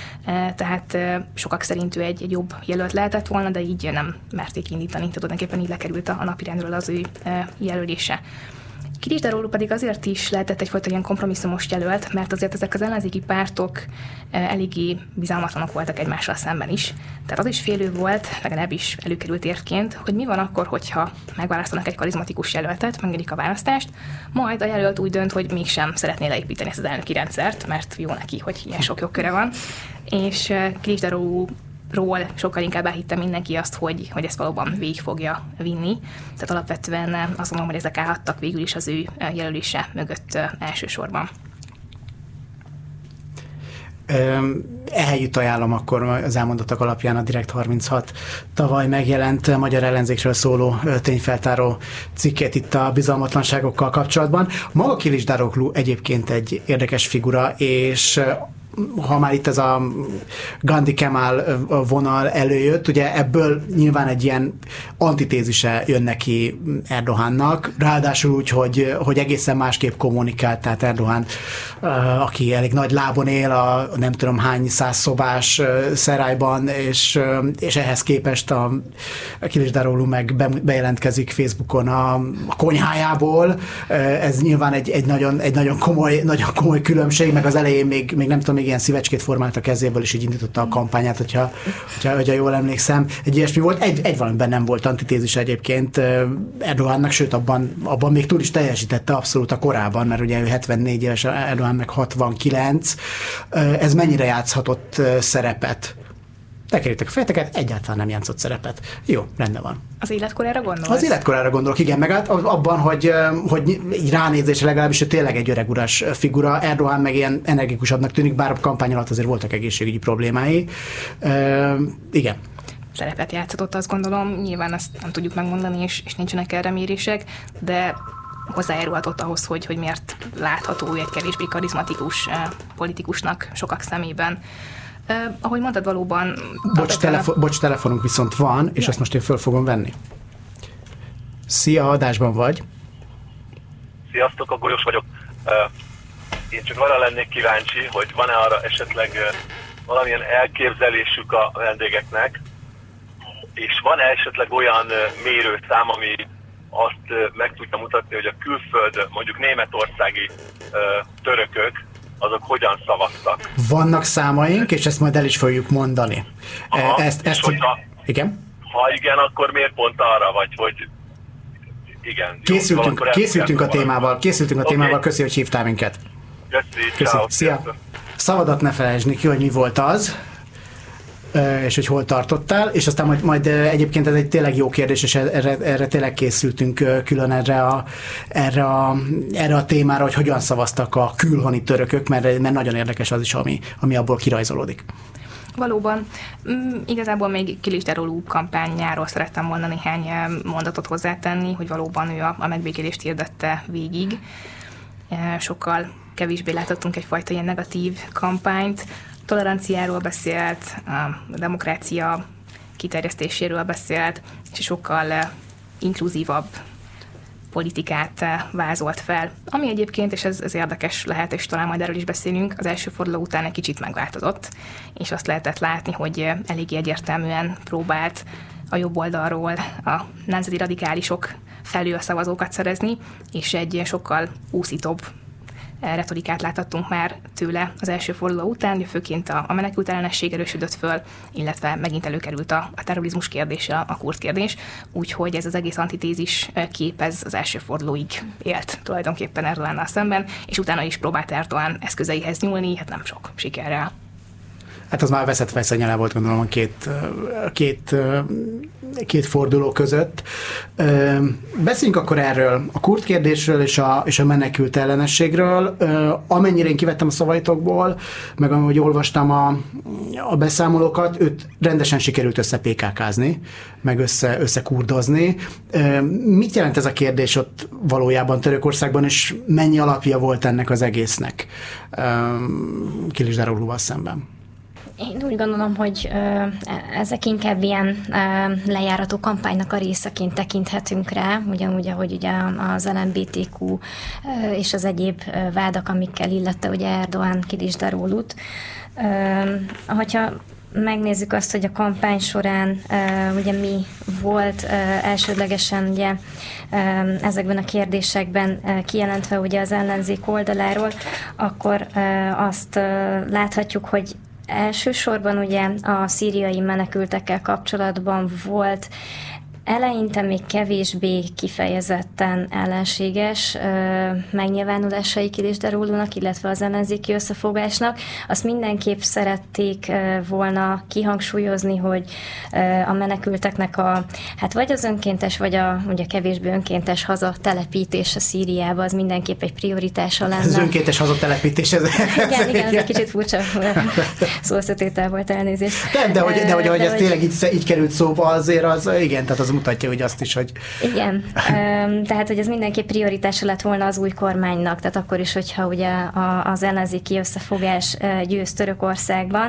[SPEAKER 2] tehát sokak szerint ő egy, egy jobb jelölt lehetett volna, de így nem merték indítani, tehát tulajdonképpen így lekerült a napirendről az ő jelölése. Kilicdaroglu pedig azért is lehetett egyfajta ilyen kompromisszumos jelölt, mert azért ezek az ellenzéki pártok eléggé bizalmatlanok voltak egymással szemben is. Tehát az is félő volt, legalábbis előkerült érvként, hogy mi van akkor, hogyha megválasztanak egy karizmatikus jelöltet, megnyerik a választást, majd a jelölt úgy dönt, hogy mégsem szeretné leépíteni ezt az elnöki rendszert, mert jó neki, hogy ilyen sok jogköre van. És Kilicdaroglu ról sokkal inkább elhitte mindenki azt, hogy, hogy ezt valóban végig fogja vinni. Tehát alapvetően azt gondolom, hogy ezek állhattak végül is az ő jelölése mögött elsősorban.
[SPEAKER 1] Ehelyütt ajánlom akkor az elmondottak alapján a Direkt harminchat tavaly megjelent magyar ellenzékről szóló tényfeltáró cikkét itt a bizalmatlanságokkal kapcsolatban. Maga Kilicdaroglu egyébként egy érdekes figura, és ha már itt ez a Gandhi Kemal vonal előjött, ugye ebből nyilván egy ilyen antitézise jön neki Erdoğannak, ráadásul úgy, hogy, hogy egészen másképp kommunikált, tehát Erdoğan, aki elég nagy lábon él a nem tudom hány száz szobás szerájban, és, és ehhez képest a Kılıçdaroğlu meg bejelentkezik Facebookon a, a konyhájából. Ez nyilván egy, egy, nagyon, egy nagyon, komoly, nagyon komoly különbség, meg az elején még, még nem tudom, még ilyen szívecskét formált a kezéből, és így indította a kampányát, hogyha, hogyha, hogyha jól emlékszem. Egy ilyesmi volt, egy, egy valamiben nem volt antitézis egyébként Erdoğannak, sőt abban, abban még túl is teljesítette abszolút a korában, mert ugye ő hetvennégy éves, Erdoğan meg hatvankilenc. Ez mennyire játszhatott szerepet? Tekerjétek a fejeteket, egyáltalán nem játszott szerepet. Jó, rendben van.
[SPEAKER 2] Az életkorára gondolsz?
[SPEAKER 1] Az életkorára gondolok, igen, meg abban, hogy, hogy így ránézésre legalábbis ő tényleg egy öreg uras figura, Erdoğan meg ilyen energikusabbnak tűnik, bár a kampány alatt azért voltak egészségügyi problémái. Uh, igen.
[SPEAKER 2] Szerepet játszhatott, azt gondolom, nyilván azt nem tudjuk megmondani, és, és nincsenek erre mérések, de hozzájárulhatott ahhoz, hogy, hogy miért látható ő egy kevésbé karizmatikus uh, politikusnak sokak szemében. Uh, ahogy mondtad, valóban...
[SPEAKER 1] Bocs, telefo- bocs, telefonunk viszont van, és ja. Azt most én föl fogom venni. Szia, adásban vagy.
[SPEAKER 4] Sziasztok, a Golyos vagyok. Uh, én csak arra lennék kíváncsi, hogy van-e arra esetleg uh, valamilyen elképzelésük a vendégeknek, és van-e esetleg olyan uh, mérőszám, ami azt uh, meg tudja mutatni, hogy a külföld, mondjuk németországi uh, törökök, azok hogyan szavaztak.
[SPEAKER 1] Vannak számaink, és ezt majd el is fogjuk mondani.
[SPEAKER 4] Aha,
[SPEAKER 1] ezt, ezt,
[SPEAKER 4] hogyha,
[SPEAKER 1] igen?
[SPEAKER 4] Ha igen, akkor miért pont arra, vagy hogy igen.
[SPEAKER 1] Készültünk, jó, készültünk a témával, készültünk a okay. témával, köszi, hogy hívtál minket.
[SPEAKER 4] Köszi,
[SPEAKER 1] köszi.
[SPEAKER 4] Ciao.
[SPEAKER 1] Szia. Szavadat ne felejtsd, Niki, hogy mi volt az, és hogy hol tartottál, és aztán majd, majd egyébként ez egy tényleg jó kérdés, és erre, erre tényleg készültünk külön erre a, erre, a, erre a témára, hogy hogyan szavaztak a külhoni törökök, mert, mert nagyon érdekes az is, ami, ami abból kirajzolódik.
[SPEAKER 2] Valóban. Igazából még Kılıçdaroğlu kampányáról szerettem volna néhány mondatot hozzátenni, hogy valóban ő a, a megbékélést hirdette végig. Sokkal kevésbé láthattunk egyfajta ilyen negatív kampányt. Toleranciáról beszélt, a demokrácia kiterjesztéséről beszélt, és sokkal inkluzívabb politikát vázolt fel. Ami egyébként, és ez, ez érdekes lehet, és talán majd erről is beszélünk, az első forduló után egy kicsit megváltozott, és azt lehetett látni, hogy eléggé egyértelműen próbált a jobb oldalról a nemzeti radikálisok felül a szavazókat szerezni, és egy sokkal úszítóbb retorikát láthattunk már tőle az első forduló után, főként a, a menekült ellenesség erősödött föl, illetve megint előkerült a, a terrorizmus kérdése, a kurd kérdés, úgyhogy ez az egész antitézis kép ez az első fordulóig élt tulajdonképpen Erdoğannal szemben, és utána is próbált Erdoğan eszközeihez nyúlni, hát nem sok sikerrel.
[SPEAKER 1] Hát az már veszett fejszennyele volt, gondolom, a két, két, két forduló között. Beszéljünk akkor erről, a kurd kérdésről és a, és a menekült ellenességről. Amennyire én kivettem a szavaitokból, meg ahogy olvastam a, a beszámolókat, őt rendesen sikerült összepékákázni, meg össze, összekurdozni. Mit jelent ez a kérdés ott valójában Törökországban, és mennyi alapja volt ennek az egésznek Kılıçdaroğluval szemben?
[SPEAKER 3] Én úgy gondolom, hogy ezek inkább ilyen lejárató kampánynak a részeként tekinthetünk rá, ugyanúgy, ahogy ugye az el em bé té kú és az egyéb vádak, amikkel illette ugye Erdoğan Kılıçdaroğlut. Hogyha megnézzük azt, hogy a kampány során ugye mi volt elsődlegesen ugye ezekben a kérdésekben kijelentve ugye az ellenzék oldaláról, akkor azt láthatjuk, hogy elsősorban ugye a szíriai menekültekkel kapcsolatban volt eleinte még kevésbé kifejezetten ellenséges ö, megnyilvánulásai Kılıçdaroğlunak, illetve az ellenzéki összefogásnak. Azt mindenképp szerették ö, volna kihangsúlyozni, hogy ö, a menekülteknek a, hát vagy az önkéntes, vagy a ugye kevésbé önkéntes hazatelepítése Szíriába, az mindenképp egy prioritása lenne.
[SPEAKER 1] Az önkéntes hazatelepítés, ez...
[SPEAKER 3] Igen, igen, ez egy kicsit furcsa szószetétel volt, elnézést.
[SPEAKER 1] Nem, de hogy, de hogy, de hogy ez tényleg így, így került szóba, azért az, igen, tehát az mutatja hogy azt is, hogy...
[SPEAKER 3] Igen, tehát hogy ez mindenképp prioritása lett volna az új kormánynak, tehát akkor is, hogyha ugye az ellenzéki összefogás győz Törökországban.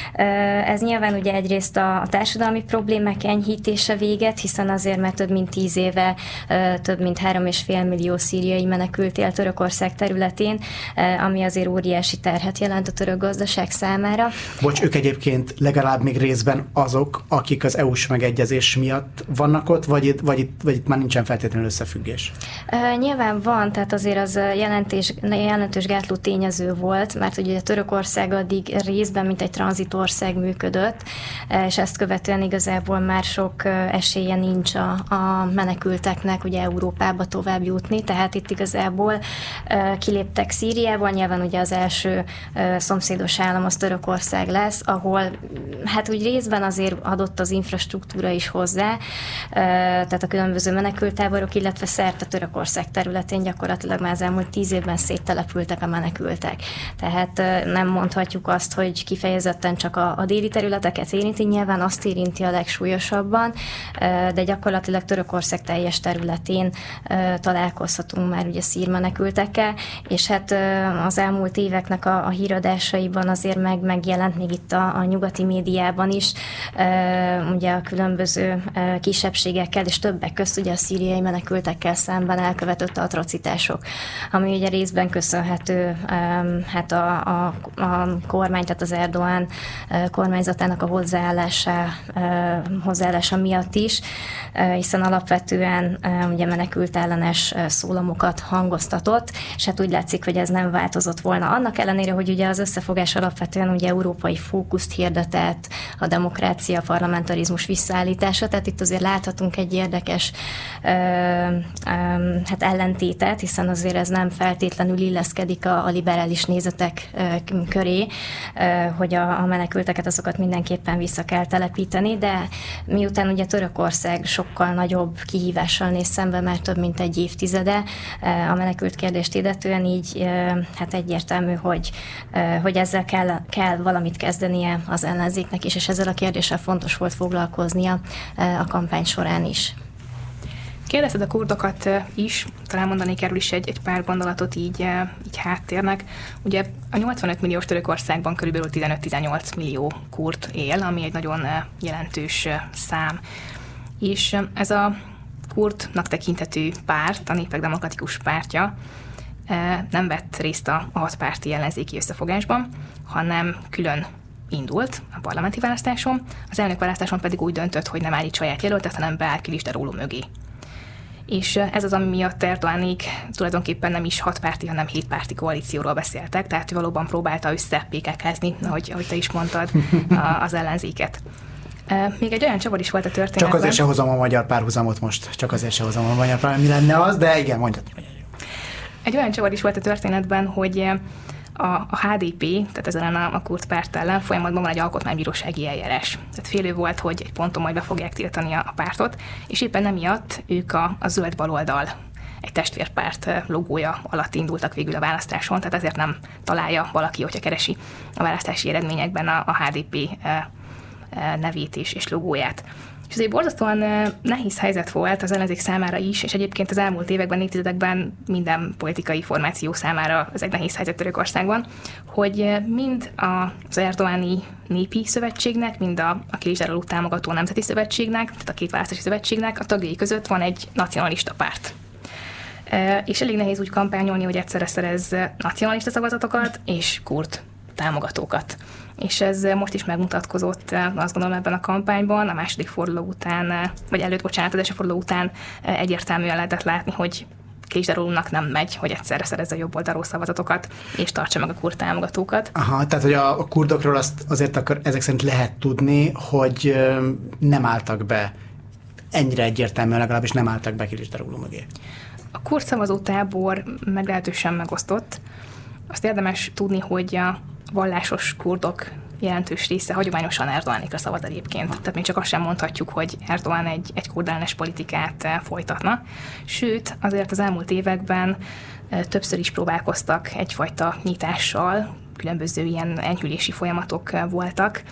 [SPEAKER 3] Ez nyilván ugye egyrészt a társadalmi problémák enyhítése véget, hiszen azért, mert több mint tíz éve több mint három és fél millió szíriai menekült él Törökország területén, ami azért óriási terhet jelent a török gazdaság számára.
[SPEAKER 1] Bocs, ők egyébként legalább még részben azok, akik az é u-s megegyezés miatt vannak ott, vagy itt, vagy itt, vagy itt már nincsen feltétlenül összefüggés?
[SPEAKER 3] Uh, nyilván van, tehát azért az jelentés, jelentős gátló tényező volt, mert ugye Törökország addig részben, mint egy tranzitország működött, és ezt követően igazából már sok esélye nincs a, a menekülteknek ugye Európába tovább jutni, tehát itt igazából uh, kiléptek Szíriából, nyilván ugye az első uh, szomszédos állam az Törökország lesz, ahol hát úgy részben azért adott az infrastruktúra is hozzá, tehát a különböző menekülttáborok, illetve szerte Törökország területén gyakorlatilag már az elmúlt tíz évben széttelepültek a menekültek. Tehát nem mondhatjuk azt, hogy kifejezetten csak a, a déli területeket érinti, nyilván azt érinti a legsúlyosabban, de gyakorlatilag Törökország teljes területén találkozhatunk már ugye szír menekültekkel, és hát az elmúlt éveknek a, a híradásaiban azért meg, megjelent még itt a, a nyugati médiában is, ugye a különböző kisebbségekkel, és többek közt ugye a szíriai menekültekkel szemben elkövetett atrocitások, ami ugye részben köszönhető hát a, a, a kormány, tehát az Erdoğan kormányzatának a hozzáállása, hozzáállása miatt is, hiszen alapvetően ugye menekült ellenes szólamokat hangoztatott, és hát úgy látszik, hogy ez nem változott volna. Annak ellenére, hogy ugye az összefogás alapvetően ugye európai fókuszt hirdetett, a demokrácia, a parlamentarizmus visszaállítása, tehát itt azért láthatunk egy érdekes ö, ö, hát ellentétet, hiszen azért ez nem feltétlenül illeszkedik a, a liberális nézetek ö, köré, ö, hogy a, a menekülteket azokat mindenképpen vissza kell telepíteni, de miután ugye Törökország sokkal nagyobb kihívással néz szembe, már több mint egy évtizede ö, a menekült kérdést illetően, így ö, hát egyértelmű, hogy, ö, hogy ezzel kell, kell valamit kezdenie az ellenzéknek is, és ezzel a kérdéssel fontos volt foglalkoznia a kampány során is.
[SPEAKER 2] Kérdezted a kurdokat is, talán mondanék erről is egy, egy pár gondolatot így, így háttérnek. Ugye a nyolcvanöt milliós Törökországban körülbelül tizenöt-tizennyolc millió kurd él, ami egy nagyon jelentős szám. És ez a kurdnak tekinthető párt, a Népek Demokratikus Pártja nem vett részt a hatpárti ellenzéki összefogásban, hanem külön indult a parlamenti választáson, az elnökválasztáson pedig úgy döntött, hogy nem állít saját jelöltet, hanem beáll ki listaróló mögé. És ez az, ami miatt Erdoğanék tulajdonképpen nem is hatpárti, hanem hétpárti koalícióról beszéltek, tehát ő valóban próbálta összepékekezni, ahogy, ahogy te is mondtad, az ellenzéket. Még egy olyan csavar is volt a történetben.
[SPEAKER 1] Csak azért se hozom a magyar párhuzamot most, csak azért se hozom a magyar párhuzamot, mi lenne az, de igen, mondjad.
[SPEAKER 2] Egy olyan csavar is volt a történetben, hogy A, a há dé pé, tehát ez ellen a, a kurd párt ellen folyamatban van egy alkotmánybírósági eljárás. Tehát félő volt, hogy egy ponton majd be fogják tiltani a, a pártot, és éppen emiatt ők a, a zöld baloldal, egy testvérpárt logója alatt indultak végül a választáson, tehát ezért nem találja valaki, hogyha keresi a választási eredményekben a, a há dé pé nevét és, és logóját. És azért borzasztóan nehéz helyzet volt az ellenzék számára is, és egyébként az elmúlt években, évtizedekben minden politikai formáció számára ez egy nehéz helyzet Törökországban, hogy mind az Erdoğani népi szövetségnek, mind a, a Kilicsdaroglu támogató nemzeti szövetségnek, tehát a két választási szövetségnek a tagjai között van egy nacionalista párt. És elég nehéz úgy kampányolni, hogy egyszerre szerez nacionalista szavazatokat és kurd támogatókat. És ez most is megmutatkozott, azt gondolom, ebben a kampányban, a második forduló után, vagy előtt, bocsánat, az első forduló után egyértelműen lehetett látni, hogy Kilicsdaroglunak nem megy, hogy egyszerre szerezze jobb oldalról szavazatokat, és tartsa meg a kurd támogatókat.
[SPEAKER 1] Aha, tehát hogy a, a kurdokról azt azért akkor ezek szerint lehet tudni, hogy nem álltak be, ennyire egyértelműen legalábbis nem álltak be Kilicsdaroglu mögé.
[SPEAKER 2] A kurd szavazótábor meglehetősen megosztott. Azt érdemes tudni, hogy a vallásos kurdok jelentős része hagyományosan Erdoğanékra szavaz egyébként. Tehát még csak azt sem mondhatjuk, hogy Erdoğan egy, egy kurdellenes politikát folytatna. Sőt, azért az elmúlt években többször is próbálkoztak egyfajta nyitással, különböző ilyen enyhülési folyamatok voltak.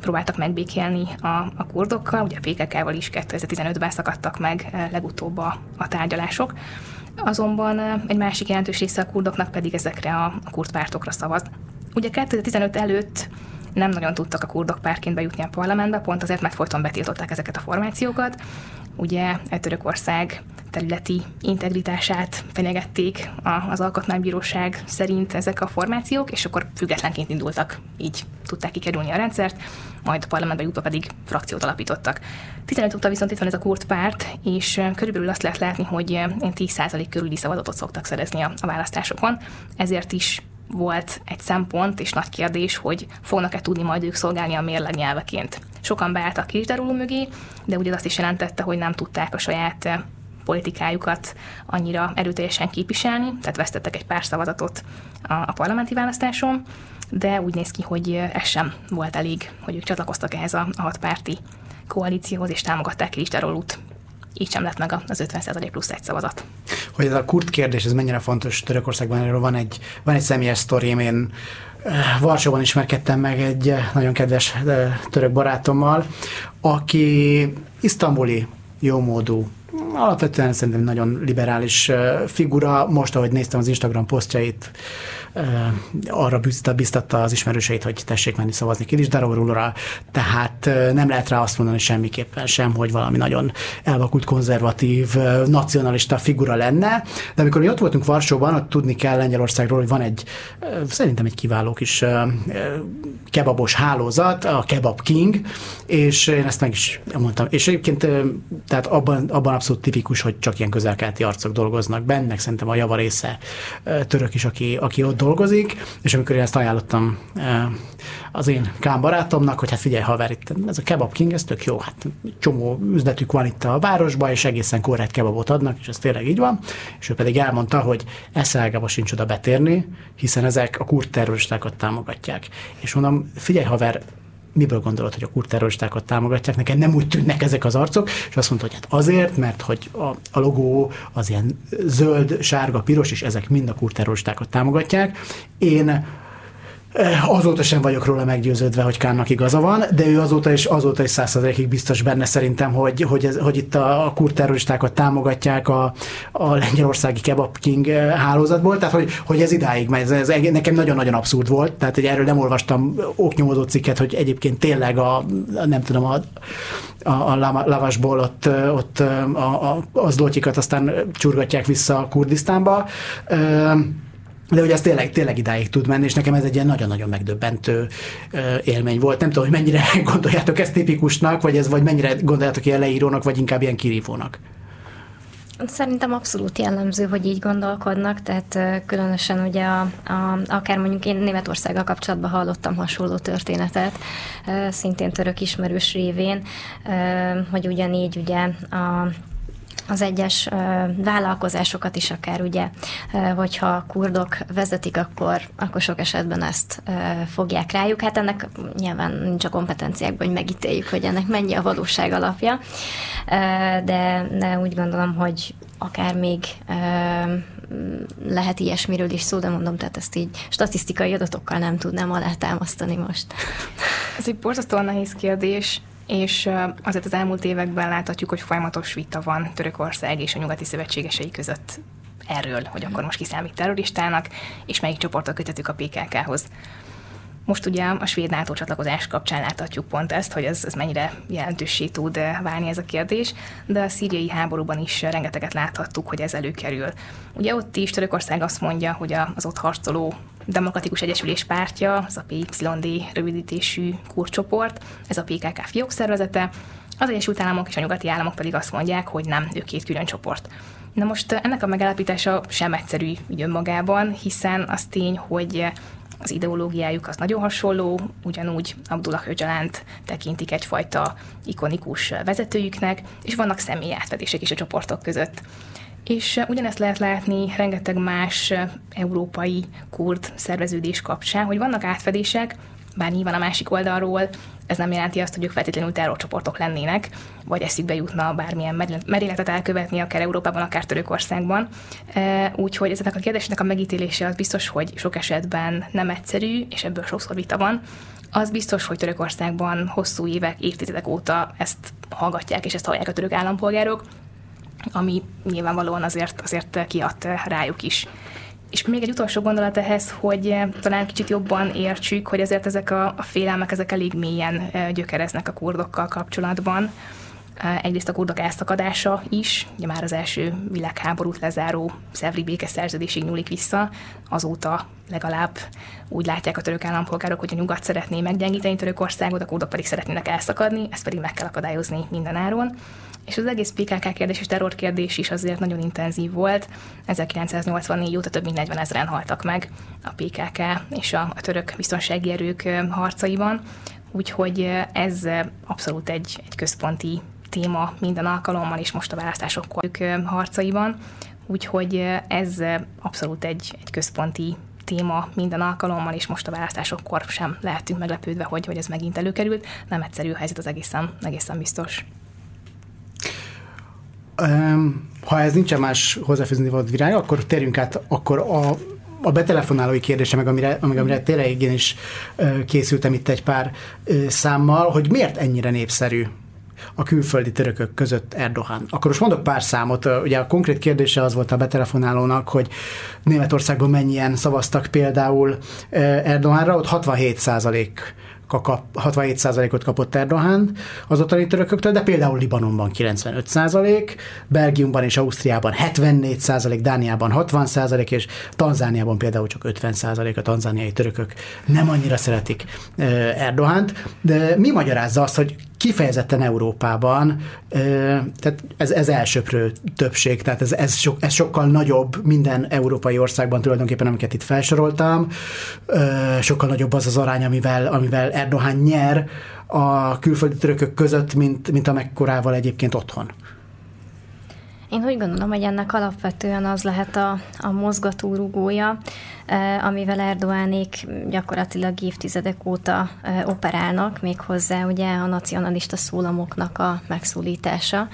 [SPEAKER 2] próbáltak megbékélni a, a kurdokkal, ugye a pé ká ká-val is kétezer-tizenötben szakadtak meg legutóbb a, a tárgyalások. Azonban egy másik jelentős része a kurdoknak pedig ezekre a, a kurd pártokra szavaz. Ugye kétezer-tizenöt előtt nem nagyon tudtak a kurdok pártként bejutni a parlamentbe, pont azért, mert folyton betiltották ezeket a formációkat. Ugye Törökország területi integritását fenyegették az alkotmánybíróság szerint ezek a formációk, és akkor függetlenként indultak, így tudták kikerülni a rendszert, majd a parlamentbe jutva pedig frakciót alapítottak. tizenöt óta viszont itt van ez a kurd párt, és körülbelül azt lehet látni, hogy tíz százalék körüli szavazatot szoktak szerezni a, a választásokon, ezért is volt egy szempont és nagy kérdés, hogy fognak-e tudni majd ők szolgálni a mérleg nyelveként. Sokan beálltak Kilicdaroglu mögé, de ugye azt is jelentette, hogy nem tudták a saját politikájukat annyira erőteljesen képviselni, tehát vesztettek egy pár szavazatot a, a parlamenti választáson, de úgy néz ki, hogy ez sem volt elég, hogy ők csatlakoztak ehhez a, a hatpárti koalícióhoz, és támogatták Kilicdaroglut. Így sem lett meg az ötven százalék plusz egy szavazat.
[SPEAKER 1] Hogy ez a kurd kérdés, ez mennyire fontos Törökországban, erről van egy, van egy személyes sztorim, én Varsóban ismerkedtem meg egy nagyon kedves török barátommal, aki isztambuli, jómódú, alapvetően szerintem nagyon liberális figura. Most, ahogy néztem az Instagram posztjait, arra biztatta az ismerőseit, hogy tessék menni szavazni Kilicdaroglura, tehát nem lehet rá azt mondani semmiképpen sem, hogy valami nagyon elvakult, konzervatív, nacionalista figura lenne. De amikor mi ott voltunk Varsóban, ott tudni kell Lengyelországról, hogy van egy, szerintem egy kiváló kis kebabos hálózat, a Kebab King, és én ezt meg is mondtam. És egyébként tehát abban, abban abszolút tipikus, hogy csak ilyen közel-keleti arcok dolgoznak benne, szerintem a javarésze török is, aki, aki ott dolgozik, és amikor én ezt ajánlottam az én kám barátomnak, hogy hát figyelj haver, itt ez a Kebab King, ez tök jó, hát csomó üzletük van itt a városban, és egészen korrekt kebabot adnak, és ez tényleg így van, és ő pedig elmondta, hogy eszelgába sincs oda betérni, hiszen ezek a kurd terroristákat támogatják. És mondom, figyelj haver, miből gondolod, hogy a kurd terroristákat támogatják? Nekem nem úgy tűnnek ezek az arcok, és azt mondta, hogy hát azért, mert hogy a, a logó az ilyen zöld, sárga, piros, és ezek mind a kurd terroristákat támogatják. Én azóta sem vagyok róla meggyőződve, hogy Kánnak igaza van, de ő azóta is, azóta is száz százalékig biztos benne szerintem, hogy, hogy, ez, hogy itt a, a kurd terroristákat támogatják a, a lengyelországi Kebab King hálózatból, tehát hogy, hogy ez idáig megy. Ez, ez nekem nagyon-nagyon abszurd volt, tehát hogy erről nem olvastam oknyomozó cikket, hogy egyébként tényleg a, nem tudom, a, a, a lavasból ott, ott a, a, az lotyikat aztán csurgatják vissza a Kurdisztánba. De hogy ez tényleg, tényleg idáig tud menni, és nekem ez egy ilyen nagyon-nagyon megdöbbentő élmény volt. Nem tudom, hogy mennyire gondoljátok ezt tipikusnak, vagy ez, vagy mennyire gondoljátok ilyen leírónak, vagy inkább ilyen kirívónak?
[SPEAKER 3] Szerintem abszolút jellemző, hogy így gondolkodnak, tehát különösen ugye a, a, akár mondjuk én Németországgal kapcsolatban hallottam hasonló történetet, szintén török ismerős révén, hogy ugyanígy ugye a az egyes uh, vállalkozásokat is akár ugye, uh, hogyha a kurdok vezetik, akkor, akkor sok esetben ezt uh, fogják rájuk. Hát ennek nyilván nincs a kompetenciákban, hogy megítéljük, hogy ennek mennyi a valóság alapja, uh, de, de úgy gondolom, hogy akár még uh, lehet ilyesmiről is szó, de mondom, tehát ezt így statisztikai adatokkal nem tudnám alátámasztani most.
[SPEAKER 2] Ez egy borzasztóan nehéz kérdés, és azért az elmúlt években láthatjuk, hogy folyamatos vita van Törökország és a nyugati szövetségesei között erről, hogy akkor most ki számít terroristának, és melyik csoportot kötetük a pé ká ká-hoz. Most ugye a svéd NATO csatlakozás kapcsán láthatjuk pont ezt, hogy ez, ez mennyire jelentőssé tud válni ez a kérdés, de a szíriai háborúban is rengeteget láthattuk, hogy ez előkerül. Ugye ott is Törökország azt mondja, hogy az ott harcoló Demokratikus Egyesülés pártja, az a pé ipszilon dé rövidítésű kurd-csoport, ez a pé ká ká fiókszervezete, az Egyesült Államok és a nyugati államok pedig azt mondják, hogy nem, ők két külön csoport. Na most ennek a megállapítása sem egyszerű így önmagában, hiszen az tény, hogy az ideológiájuk az nagyon hasonló, ugyanúgy Abdullah Öcalánt tekintik egyfajta ikonikus vezetőjüknek, és vannak személyi átfedések is a csoportok között. És ugyanezt lehet látni rengeteg más európai kurd szerveződés kapcsán, hogy vannak átfedések, bár nyilván a másik oldalról ez nem jelenti azt, hogy ők feltétlenül terrorcsoportok lennének, vagy eszükbe jutna bármilyen merényletet elkövetni, akár Európában, akár Törökországban. Úgyhogy ezeknek a kérdésnek a megítélése az biztos, hogy sok esetben nem egyszerű, és ebből sokszor vita van. Az biztos, hogy Törökországban hosszú évek, évtizedek óta ezt hallgatják, és ezt hallják a török állampolgárok, ami nyilvánvalóan azért, azért kiadt rájuk is. És még egy utolsó gondolat ehhez, hogy talán kicsit jobban értsük, hogy azért ezek a, a félelmek, ezek elég mélyen gyökereznek a kurdokkal kapcsolatban. Egyrészt a kurdok elszakadása is, ugye már az első világháborút lezáró szevri békeszerződésig nyúlik vissza, azóta legalább úgy látják a török állampolgárok, hogy a nyugat szeretné meggyengíteni Törökországot, a kurdok pedig szeretnének elszakadni, ezt pedig meg kell akadályozni minden áron. És az egész pé ká ká kérdés és terrorkérdés is azért nagyon intenzív volt. ezerkilencszáznyolcvannégy óta több mint negyvenezren haltak meg a pé ká ká és a, a török biztonsági erők harcaiban, úgyhogy ez abszolút egy, egy központi téma minden alkalommal, és most a választásokkor harcaiban, úgyhogy ez abszolút egy, egy központi téma minden alkalommal, és most a választásokkor sem lehetünk meglepődve, hogy, hogy ez megint előkerült. Nem egyszerű a helyzet, az egészen, egészen biztos.
[SPEAKER 1] Ha ez nincsen más hozzáfűzni volt Virág, akkor térjünk át akkor a, a betelefonálói kérdése, meg amire, amire tényleg én is készültem itt egy pár számmal, hogy miért ennyire népszerű a külföldi törökök között Erdogan. Akkor most mondok pár számot. Ugye a konkrét kérdése az volt a betelefonálónak, hogy Németországban mennyien szavaztak például Erdoganra, ott hatvanhét százalék hatvanhét százalékot kapott Erdogan az ottani törököktől, de például Libanonban kilencvenöt százalék, Belgiumban és Ausztriában hetvennégy százalék, Dániában hatvan százalék, és Tanzániában például csak ötven százalék a tanzániai törökök nem annyira szeretik Erdogant. De mi magyarázza azt, hogy kifejezetten Európában, tehát ez, ez elsöprő többség, tehát ez, ez, so, ez sokkal nagyobb minden európai országban tulajdonképpen, amiket itt felsoroltam, sokkal nagyobb az az arány, amivel, amivel Erdogan nyer a külföldi törökök között, mint, mint amekkorával egyébként otthon.
[SPEAKER 3] Én úgy gondolom, hogy ennek alapvetően az lehet a, a mozgatórugója, amivel Erdoganék gyakorlatilag évtizedek óta operálnak, méghozzá ugye a nacionalista szólamoknak a megszólítása.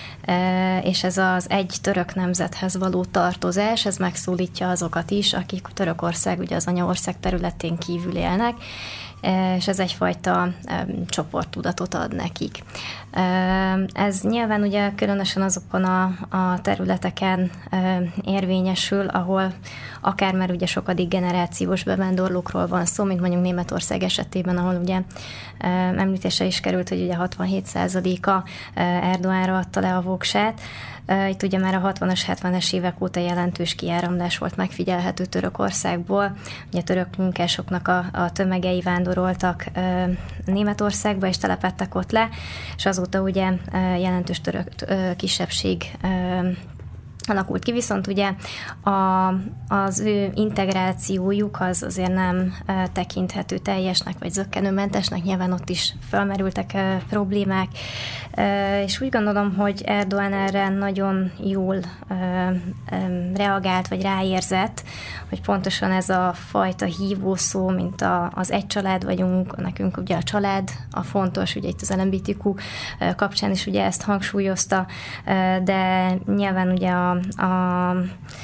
[SPEAKER 3] És ez az egy török nemzethez való tartozás, ez megszólítja azokat is, akik Törökország, ugye az anyaország területén kívül élnek, és ez egyfajta um, csoporttudatot ad nekik. Um, ez nyilván ugye különösen azokon a, a területeken um, érvényesül, ahol akár már ugye sokadik generációs bevándorlókról van szó, mint mondjuk Németország esetében, ahol ugye um, említése is került, hogy ugye hatvanhét százaléka uh, Erdoganra adta le a voksát. Uh, itt ugye már a hatvanas, hetvenes évek óta jelentős kiáramlás volt megfigyelhető Törökországból. Ugye török munkásoknak a, a tömegei vándoroltak uh, Németországba, és telepedtek ott le, és azóta ugye uh, jelentős török uh, kisebbség uh, alakult ki, viszont ugye a, az ő integrációjuk az azért nem e, tekinthető teljesnek vagy zökkenőmentesnek, nyilván ott is felmerültek e, problémák, e, és úgy gondolom, hogy Erdogan erre nagyon jól e, e, reagált, vagy ráérzett, hogy pontosan ez a fajta hívószó, mint a, az egy család vagyunk, nekünk ugye a család a fontos, ugye itt az el em bé té kú kapcsán is ugye ezt hangsúlyozta, de nyilván ugye a A,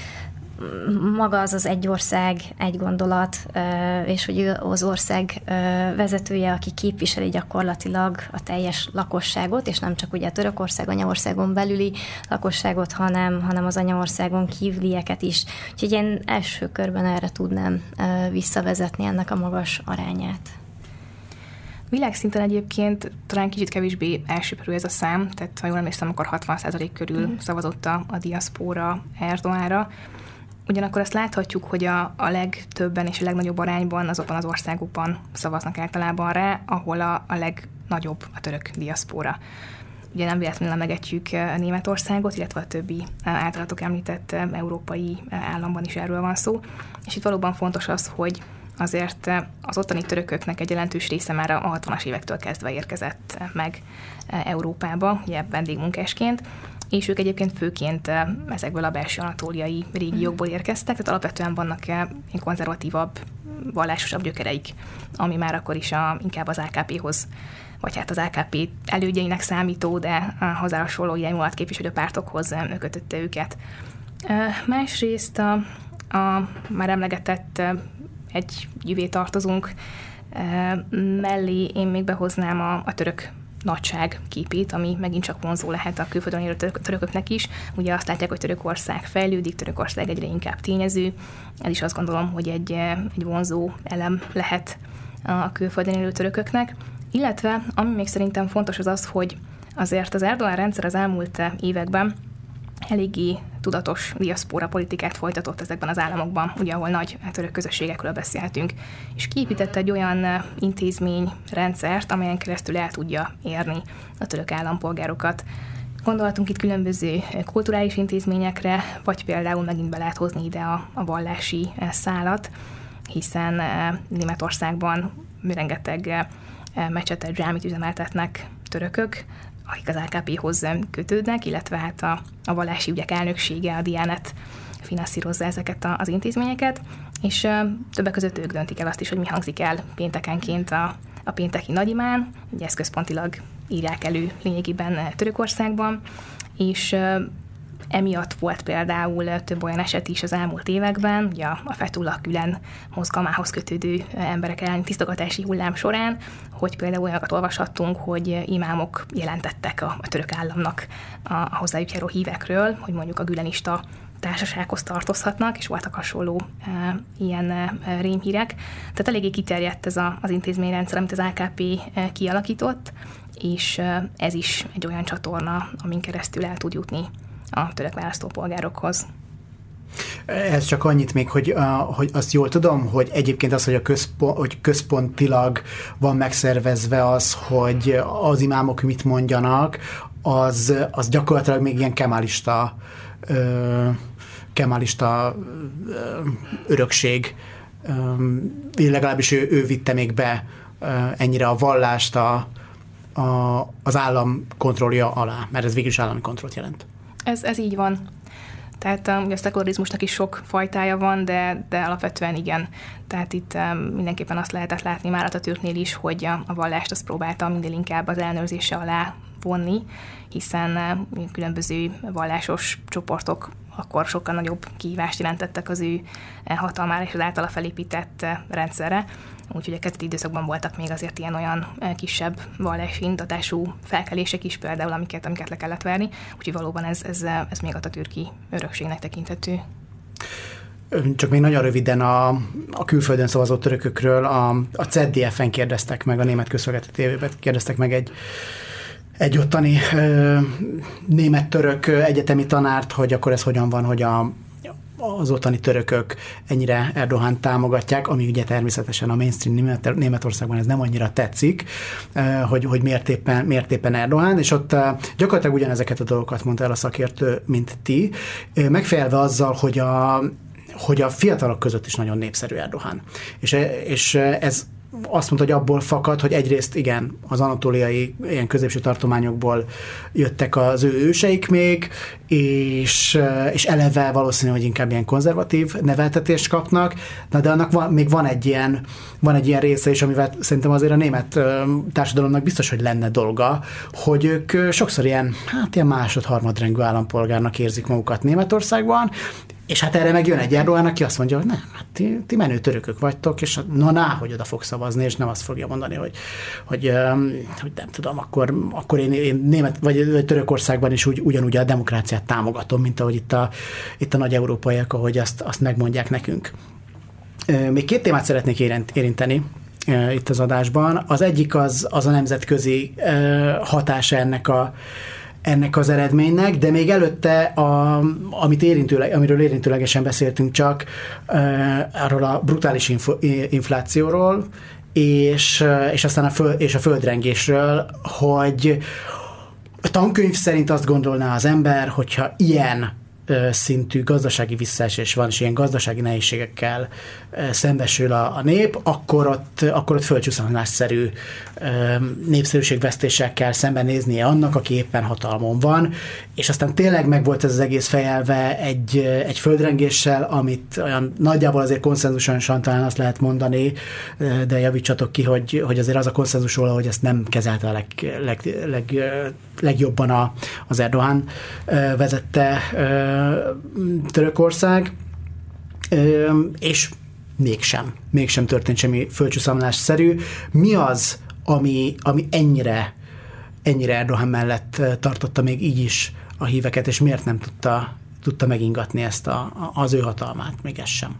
[SPEAKER 3] maga az az egy ország, egy gondolat, és hogy ő az ország vezetője, aki képviseli gyakorlatilag a teljes lakosságot, és nem csak ugye a Törökország, anyaországon belüli lakosságot, hanem, hanem az anyaországon kívülieket is. Úgyhogy én első körben erre tudnám visszavezetni ennek a magas arányát.
[SPEAKER 2] Világszinten egyébként talán kicsit kevésbé elsöprő ez a szám, tehát ha jól emlékszem, akkor hatvan százalék körül mm. szavazott a, a diaszpóra Erdoganra. Ugyanakkor azt láthatjuk, hogy a, a legtöbben és a legnagyobb arányban azokban az országokban szavaznak általában rá, ahol a, a legnagyobb a török diaszpóra. Ugye nem véletlenül emlegetjük Németországot, illetve a többi általatok említett európai államban is erről van szó. És itt valóban fontos az, hogy azért az ottani törököknek egy jelentős része már a hatvanas évektől kezdve érkezett meg Európába, ugye vendégmunkásként, és ők egyébként főként ezekből a belső anatóliai régiókból érkeztek, tehát alapvetően vannak ilyen konzervatívabb, vallásosabb gyökereik, ami már akkor is a, inkább az á ká péhoz, vagy hát az á ká pé elődjeinek számító, de hozzá hasonló irányvonalat képviselő pártokhoz kötötte őket. Másrészt a, a már emlegetett egy jüvé tartozunk Mellé én még behoznám a, a török nagyság képét, ami megint csak vonzó lehet a külföldön élő törököknek is. Ugye azt látják, hogy Törökország fejlődik, Törökország egyre inkább tényező. Ez is azt gondolom, hogy egy, egy vonzó elem lehet a külföldön élő törököknek. Illetve, ami még szerintem fontos az az, hogy azért az Erdogan rendszer az elmúlt években eléggé tudatos diaszpóra politikát folytatott ezekben az államokban, ugye ahol nagy török közösségekről beszélhetünk, és kiépítette egy olyan intézményrendszert, amelyen keresztül el tudja érni a török állampolgárokat. Gondoltunk itt különböző kulturális intézményekre, vagy például megint be lehet hozni ide a, a vallási szálat, hiszen Németországban rengeteg mecsetet, dzsámit üzemeltetnek törökök, akik az á ká péhoz kötődnek, illetve hát a, a vallási ügyek elnöksége, a Diyanet finanszírozza ezeket a, az intézményeket, és uh, többek között ők döntik el azt is, hogy mi hangzik el péntekenként a, a pénteki nagyimán, ugye ezt központilag írják elő lényegében Törökországban, és uh, emiatt volt például több olyan eset is az elmúlt években, ugye a Fethullah Gülen mozgalmához kötődő emberek elleni tisztogatási hullám során, hogy például olyanokat olvashattunk, hogy imámok jelentettek a, a török államnak a, a hozzájuk járó hívekről, hogy mondjuk a gülenista társasághoz tartozhatnak, és voltak hasonló e, ilyen e, rémhírek. Tehát eléggé kiterjedt ez a, az intézményrendszer, amit az á ká pé e, kialakított, és e, ez is egy olyan csatorna, amin keresztül el tud jutni a török választópolgárokhoz.
[SPEAKER 1] Ez csak annyit még, hogy, uh, hogy azt jól tudom, hogy egyébként az, hogy, a központ, hogy központilag van megszervezve az, hogy az imámok mit mondjanak, az, az gyakorlatilag még ilyen kemalista, uh, kemalista uh, örökség. Um, legalábbis ő, ő vitte még be uh, ennyire a vallást a, a, az állam kontrollja alá, mert ez végül is állami kontrollt jelent.
[SPEAKER 2] Ez, ez így van. Tehát um, ugye a szekularizmusnak is sok fajtája van, de, de alapvetően igen. Tehát itt um, mindenképpen azt lehetett látni már Atatürknél is, hogy a, a vallást azt próbálta minél inkább az ellenőrzése alá vonni, hiszen uh, különböző vallásos csoportok akkor sokkal nagyobb kihívást jelentettek az ő hatalmára és az általa felépített rendszerre. Úgyhogy a kezdeti időszakban voltak még azért ilyen-olyan kisebb vallási indítatású felkelések is például, amiket, amiket le kellett verni. Úgyhogy valóban ez, ez, ez még atatürki örökségnek tekinthető.
[SPEAKER 1] Csak még nagyon röviden a, a külföldön szavazó törökökről a, a cé e dé ef-en kérdeztek meg, a német közszolgálati tévében kérdeztek meg egy egy ottani ö, német-török egyetemi tanárt, hogy akkor ez hogyan van, hogy a, az ottani törökök ennyire Erdogan támogatják, ami ugye természetesen a mainstream Német, Németországban ez nem annyira tetszik, ö, hogy, hogy miért, éppen, miért éppen Erdogan, és ott ö, gyakorlatilag ugyanezeket a dolgokat mondta el a szakértő, mint ti, ö, megfelelve azzal, hogy a, hogy a fiatalok között is nagyon népszerű Erdogan. És, és ez azt mondta, hogy abból fakad, hogy egyrészt igen, az anatóliai ilyen középső tartományokból jöttek az ő őseik még, és, és eleve valószínű, hogy inkább ilyen konzervatív neveltetést kapnak, na de annak van, még van egy, ilyen, van egy ilyen része is, amivel szerintem azért a német társadalomnak biztos, hogy lenne dolga, hogy ők sokszor ilyen, hát ilyen másod-harmadrendű állampolgárnak érzik magukat Németországban, és hát erre meg jön egy Erdogan, aki azt mondja, hogy nem, hát ti, ti menő törökök vagytok, és na, na, hogy oda fog szavazni, és nem azt fogja mondani, hogy, hogy, hogy nem tudom, akkor, akkor én, én német, vagy, vagy Törökországban is úgy, ugyanúgy a demokráciát támogatom, mint ahogy itt a, itt a nagy európaiak, ahogy azt, azt megmondják nekünk. Még két témát szeretnék érinteni itt az adásban. Az egyik az, az a nemzetközi hatása ennek a ennek az eredménynek, de még előtte, a, amit érintőleg, amiről érintőlegesen beszéltünk csak, uh, arról a brutális info, inflációról, és, és aztán a, föld, és a földrengésről, hogy a tankönyv szerint azt gondolná az ember, hogyha ilyen szintű gazdasági visszaesés van, és ilyen gazdasági nehézségekkel szembesül a, a nép, akkor ott, akkor ott földcsúszamlásszerű népszerűségvesztéssel kell szembenéznie annak, aki éppen hatalmon van, és aztán tényleg meg volt ez az egész fejelve egy, egy földrengéssel, amit olyan nagyjából azért konszenzusosan talán azt lehet mondani, de javítsatok ki, hogy, hogy azért az a konszenzus róla, hogy ezt nem kezelte a leg, leg, leg, legjobban a, az Erdogan vezette Törökország, és mégsem. Mégsem történt semmi földcsúszamlásszerű. Mi az, ami, ami ennyire, ennyire Erdogan mellett tartotta még így is a híveket, és miért nem tudta, tudta megingatni ezt a, az ő hatalmát? Még ez sem.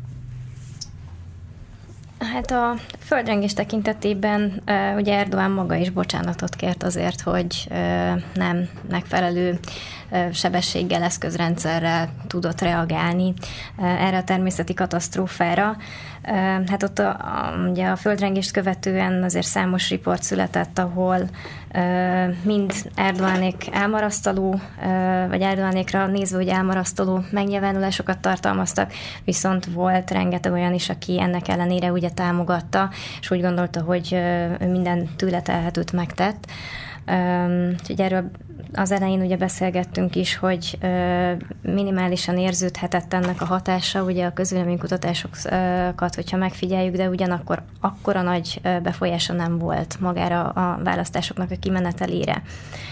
[SPEAKER 3] Hát a földrengés tekintetében uh, ugye Erdogan maga is bocsánatot kért azért, hogy uh, nem megfelelő uh, sebességgel, eszközrendszerrel tudott reagálni uh, erre a természeti katasztrófára. Uh, hát ott a, a, ugye a földrengést követően azért számos riport született, ahol uh, mind Erdoganék elmarasztaló, uh, vagy Erdoganékra nézve, hogy elmarasztaló megnyilvánulásokat tartalmaztak, viszont volt rengeteg olyan is, aki ennek ellenére ugye támogatta, és úgy gondolta, hogy uh, minden tőle telhetőt megtett. Um, úgyhogy erről az elején ugye beszélgettünk is, hogy uh, minimálisan érződhetett ennek a hatása, ugye a közvéleménykutatásokat, hogyha megfigyeljük, de ugyanakkor akkora nagy uh, befolyása nem volt magára a választásoknak a kimenetelére.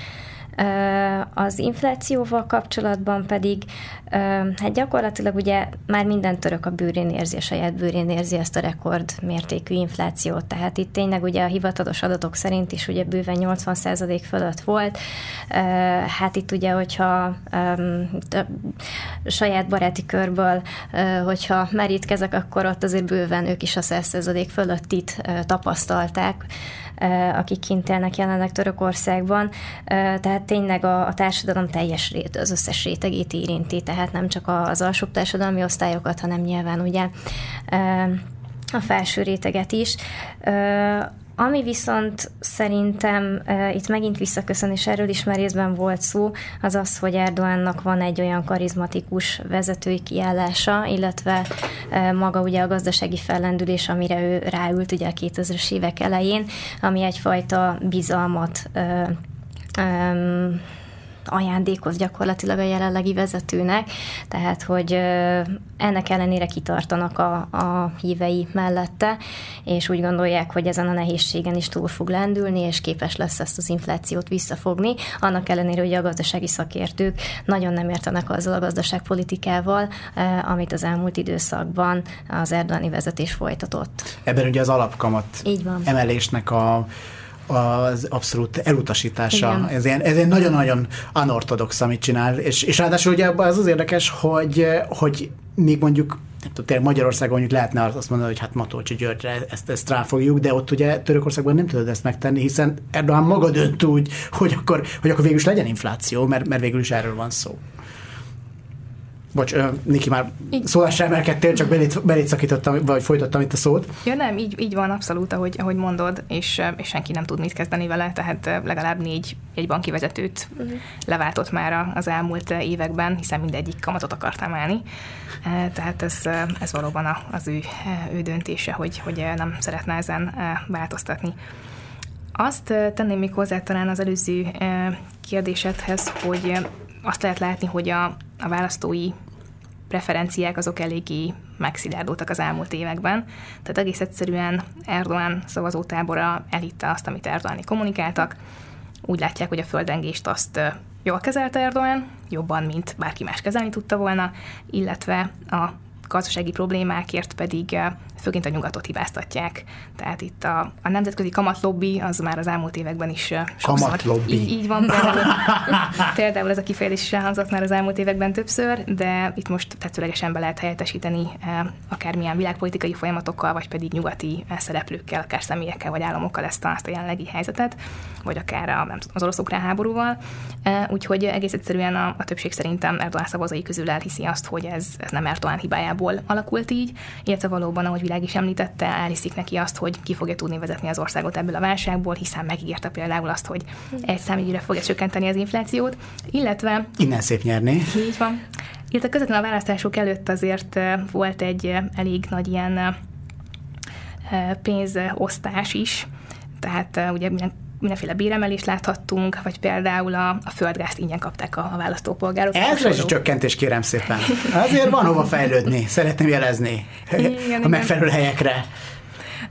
[SPEAKER 3] Az inflációval kapcsolatban pedig hát gyakorlatilag ugye már minden török a bőrén érzi, a saját bőrén érzi ezt a rekord mértékű inflációt. Tehát itt tényleg ugye a hivatalos adatok szerint is ugye bőven nyolcvan százalék fölött volt. Hát itt ugye, hogyha saját baráti körből, hogyha merítkezek, akkor ott azért bőven ők is a száz százalék fölöttit tapasztalták, akik kint élnek jelenleg Törökországban. Tehát tényleg a, a társadalom teljes rét, az összes rétegét érinti, tehát nem csak az alsóbb társadalmi osztályokat, hanem nyilván ugye a felső réteget is. Ami viszont szerintem uh, itt megint visszaköszön, és erről is már részben volt szó, az az, hogy Erdogannak van egy olyan karizmatikus vezetői kiállása, illetve uh, maga ugye a gazdasági fellendülés, amire ő ráült ugye a kétezres évek elején, ami egyfajta bizalmat uh, um, ajándékoz gyakorlatilag a jelenlegi vezetőnek, tehát hogy ennek ellenére kitartanak a, a hívei mellette, és úgy gondolják, hogy ezen a nehézségen is túl fog lendülni, és képes lesz ezt az inflációt visszafogni, annak ellenére, hogy a gazdasági szakértők nagyon nem értenek azzal a gazdaságpolitikával, amit az elmúlt időszakban az erdogani vezetés folytatott.
[SPEAKER 1] Ebben ugye az alapkamat
[SPEAKER 3] Így van.
[SPEAKER 1] emelésnek a az abszolút elutasítása.
[SPEAKER 3] Igen.
[SPEAKER 1] Ez ilyen, ez ilyen nagyon-nagyon unorthodox, amit csinál, és, és ráadásul ugye az az érdekes, hogy, hogy még mondjuk nem tudom, tényleg Magyarországon mondjuk lehetne azt mondani, hogy hát Matolcsy Györgyre ezt, ezt ráfogjuk, de ott ugye Törökországban nem tudod ezt megtenni, hiszen Erdogan maga dönt úgy, hogy akkor, hogy akkor végül is legyen infláció, mert, mert végül is erről van szó. Bocs, Niki, már szólásra emelkedtél, csak belét, belét szakítottam, vagy folytattam itt a szót.
[SPEAKER 2] Ja nem, így, így van abszolút, ahogy, ahogy mondod, és, és senki nem tud mit kezdeni vele, tehát legalább négy jegybanki vezetőt uh-huh. leváltott már az elmúlt években, hiszen mindegyik kamatot akart emelni. Tehát ez, ez valóban az ő, ő döntése, hogy, hogy nem szeretne ezen változtatni. Azt tenném még hozzá talán az előző kérdésedhez, hogy azt lehet látni, hogy a, a választói preferenciák azok eléggé megszilárdultak az elmúlt években. Tehát egész egyszerűen Erdogan szavazótábora elhitte azt, amit Erdogani kommunikáltak. Úgy látják, hogy a földrengést azt jól kezelte Erdogan, jobban, mint bárki más kezelni tudta volna, illetve a gazdasági problémákért pedig főként a nyugatot hibáztatják. Tehát itt a, a nemzetközi kamatlobby az már az elmúlt években is sokszor.
[SPEAKER 1] Kamatlobby.
[SPEAKER 2] Így, így van, például, például ez a kifejezés is elhangzott már az elmúlt években többször, de itt most tetszőlegesen be lehet helyettesíteni akármilyen világpolitikai folyamatokkal, vagy pedig nyugati szereplőkkel, akár személyekkel, vagy államokkal ezt a, ezt a jelenlegi helyzetet, vagy akár a, nem tudom, az orosz-ukrán háborúval. Úgyhogy egész egyszerűen a, a többség szerintem Erdogan szavazói közül elhiszi azt, hogy ez, ez nem Erdogan hibájából alakult így, illetve valóban, ahogy Világ is említette, elhiszik neki azt, hogy ki fogja tudni vezetni az országot ebből a válságból, hiszen megígérte például azt, hogy egy számjegyűre fogja csökkenteni az inflációt, illetve...
[SPEAKER 1] Innen szép nyerni.
[SPEAKER 2] Így van. Illetve közvetlenül a választások előtt azért volt egy elég nagy ilyen pénzosztás is, tehát ugye mindenféle béremelést láthattunk, vagy például a, a földgázt ingyen kapták a, a választópolgárok.
[SPEAKER 1] Ezre is csökkentés, kérem szépen. Azért van hova fejlődni, szeretném jelezni.
[SPEAKER 2] Igen,
[SPEAKER 1] a megfelelő helyekre.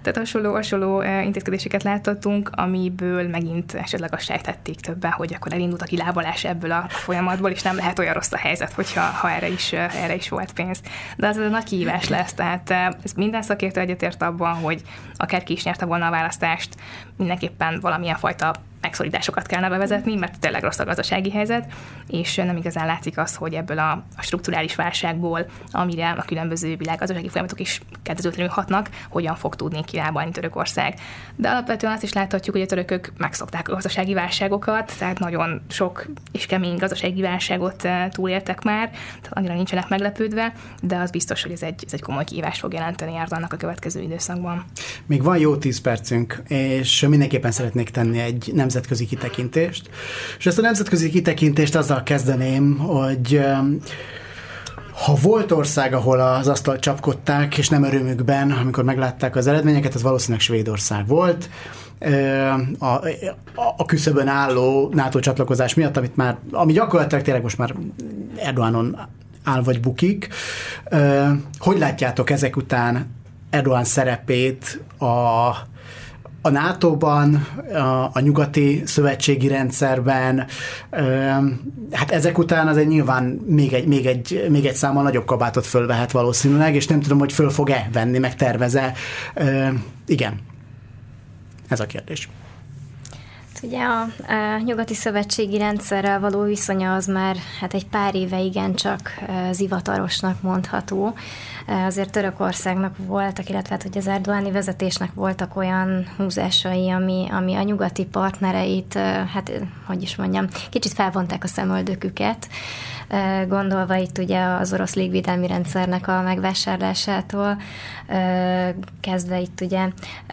[SPEAKER 2] Tehát hasonló, hasonló intézkedéseket láttattunk, amiből megint esetleg azt sejtették többen, hogy akkor elindult a kilábalás ebből a folyamatból, és nem lehet olyan rossz a helyzet, hogyha ha erre, is, erre is volt pénz. De az a nagy kihívás lesz, tehát ez minden szakértő egyetért abban, hogy akár ki is nyerte volna a választást, mindenképpen valamilyen fajta megszorításokat kellene bevezetni, mert tényleg rossz a gazdasági helyzet, és nem igazán látszik az, hogy ebből a, a strukturális válságból, amire a különböző világgazdasági folyamatok is kedvezőtlenül hatnak, hogyan fog tudni kilábalni Törökország. De alapvetően azt is láthatjuk, hogy a törökök megszokták a gazdasági válságokat, tehát nagyon sok és kemény gazdasági válságot túléltek már, tehát annyira nincsenek meglepődve, de az biztos, hogy ez egy, ez egy komoly kihívást fog jelenteni Erdoğannak a következő időszakban.
[SPEAKER 1] Még van jó tíz percünk, és mindenképpen szeretnék tenni egy nemzetközi kitekintést. És ezt a nemzetközi kitekintést azzal kezdeném, hogy ha volt ország, ahol az asztalt csapkodták, és nem örömükben, amikor meglátták az eredményeket, az valószínűleg Svédország volt. A, a, a küszöbön álló NATO csatlakozás miatt, amit már, ami gyakorlatilag tényleg most már Erdoğanon áll vagy bukik. Hogy látjátok ezek után Erdoğan szerepét a a nátóban, a, a nyugati szövetségi rendszerben, hát ezek után azért nyilván még egy, még egy, még egy számmal nagyobb kabátot fölvehet valószínűleg, és nem tudom, hogy föl fog-e venni, meg tervez-e. Igen. Ez a kérdés.
[SPEAKER 3] Ugye a, a nyugati szövetségi rendszerrel való viszonya az már hát egy pár éve igencsak zivatarosnak mondható. Azért Törökországnak voltak, illetve hát, hogy az Erdoğani vezetésnek voltak olyan húzásai, ami, ami a nyugati partnereit, hát hogy is mondjam, kicsit felvonták a szemöldöküket, gondolva itt ugye az orosz légvédelmi rendszernek a megvásárlásától, kezdve itt ugye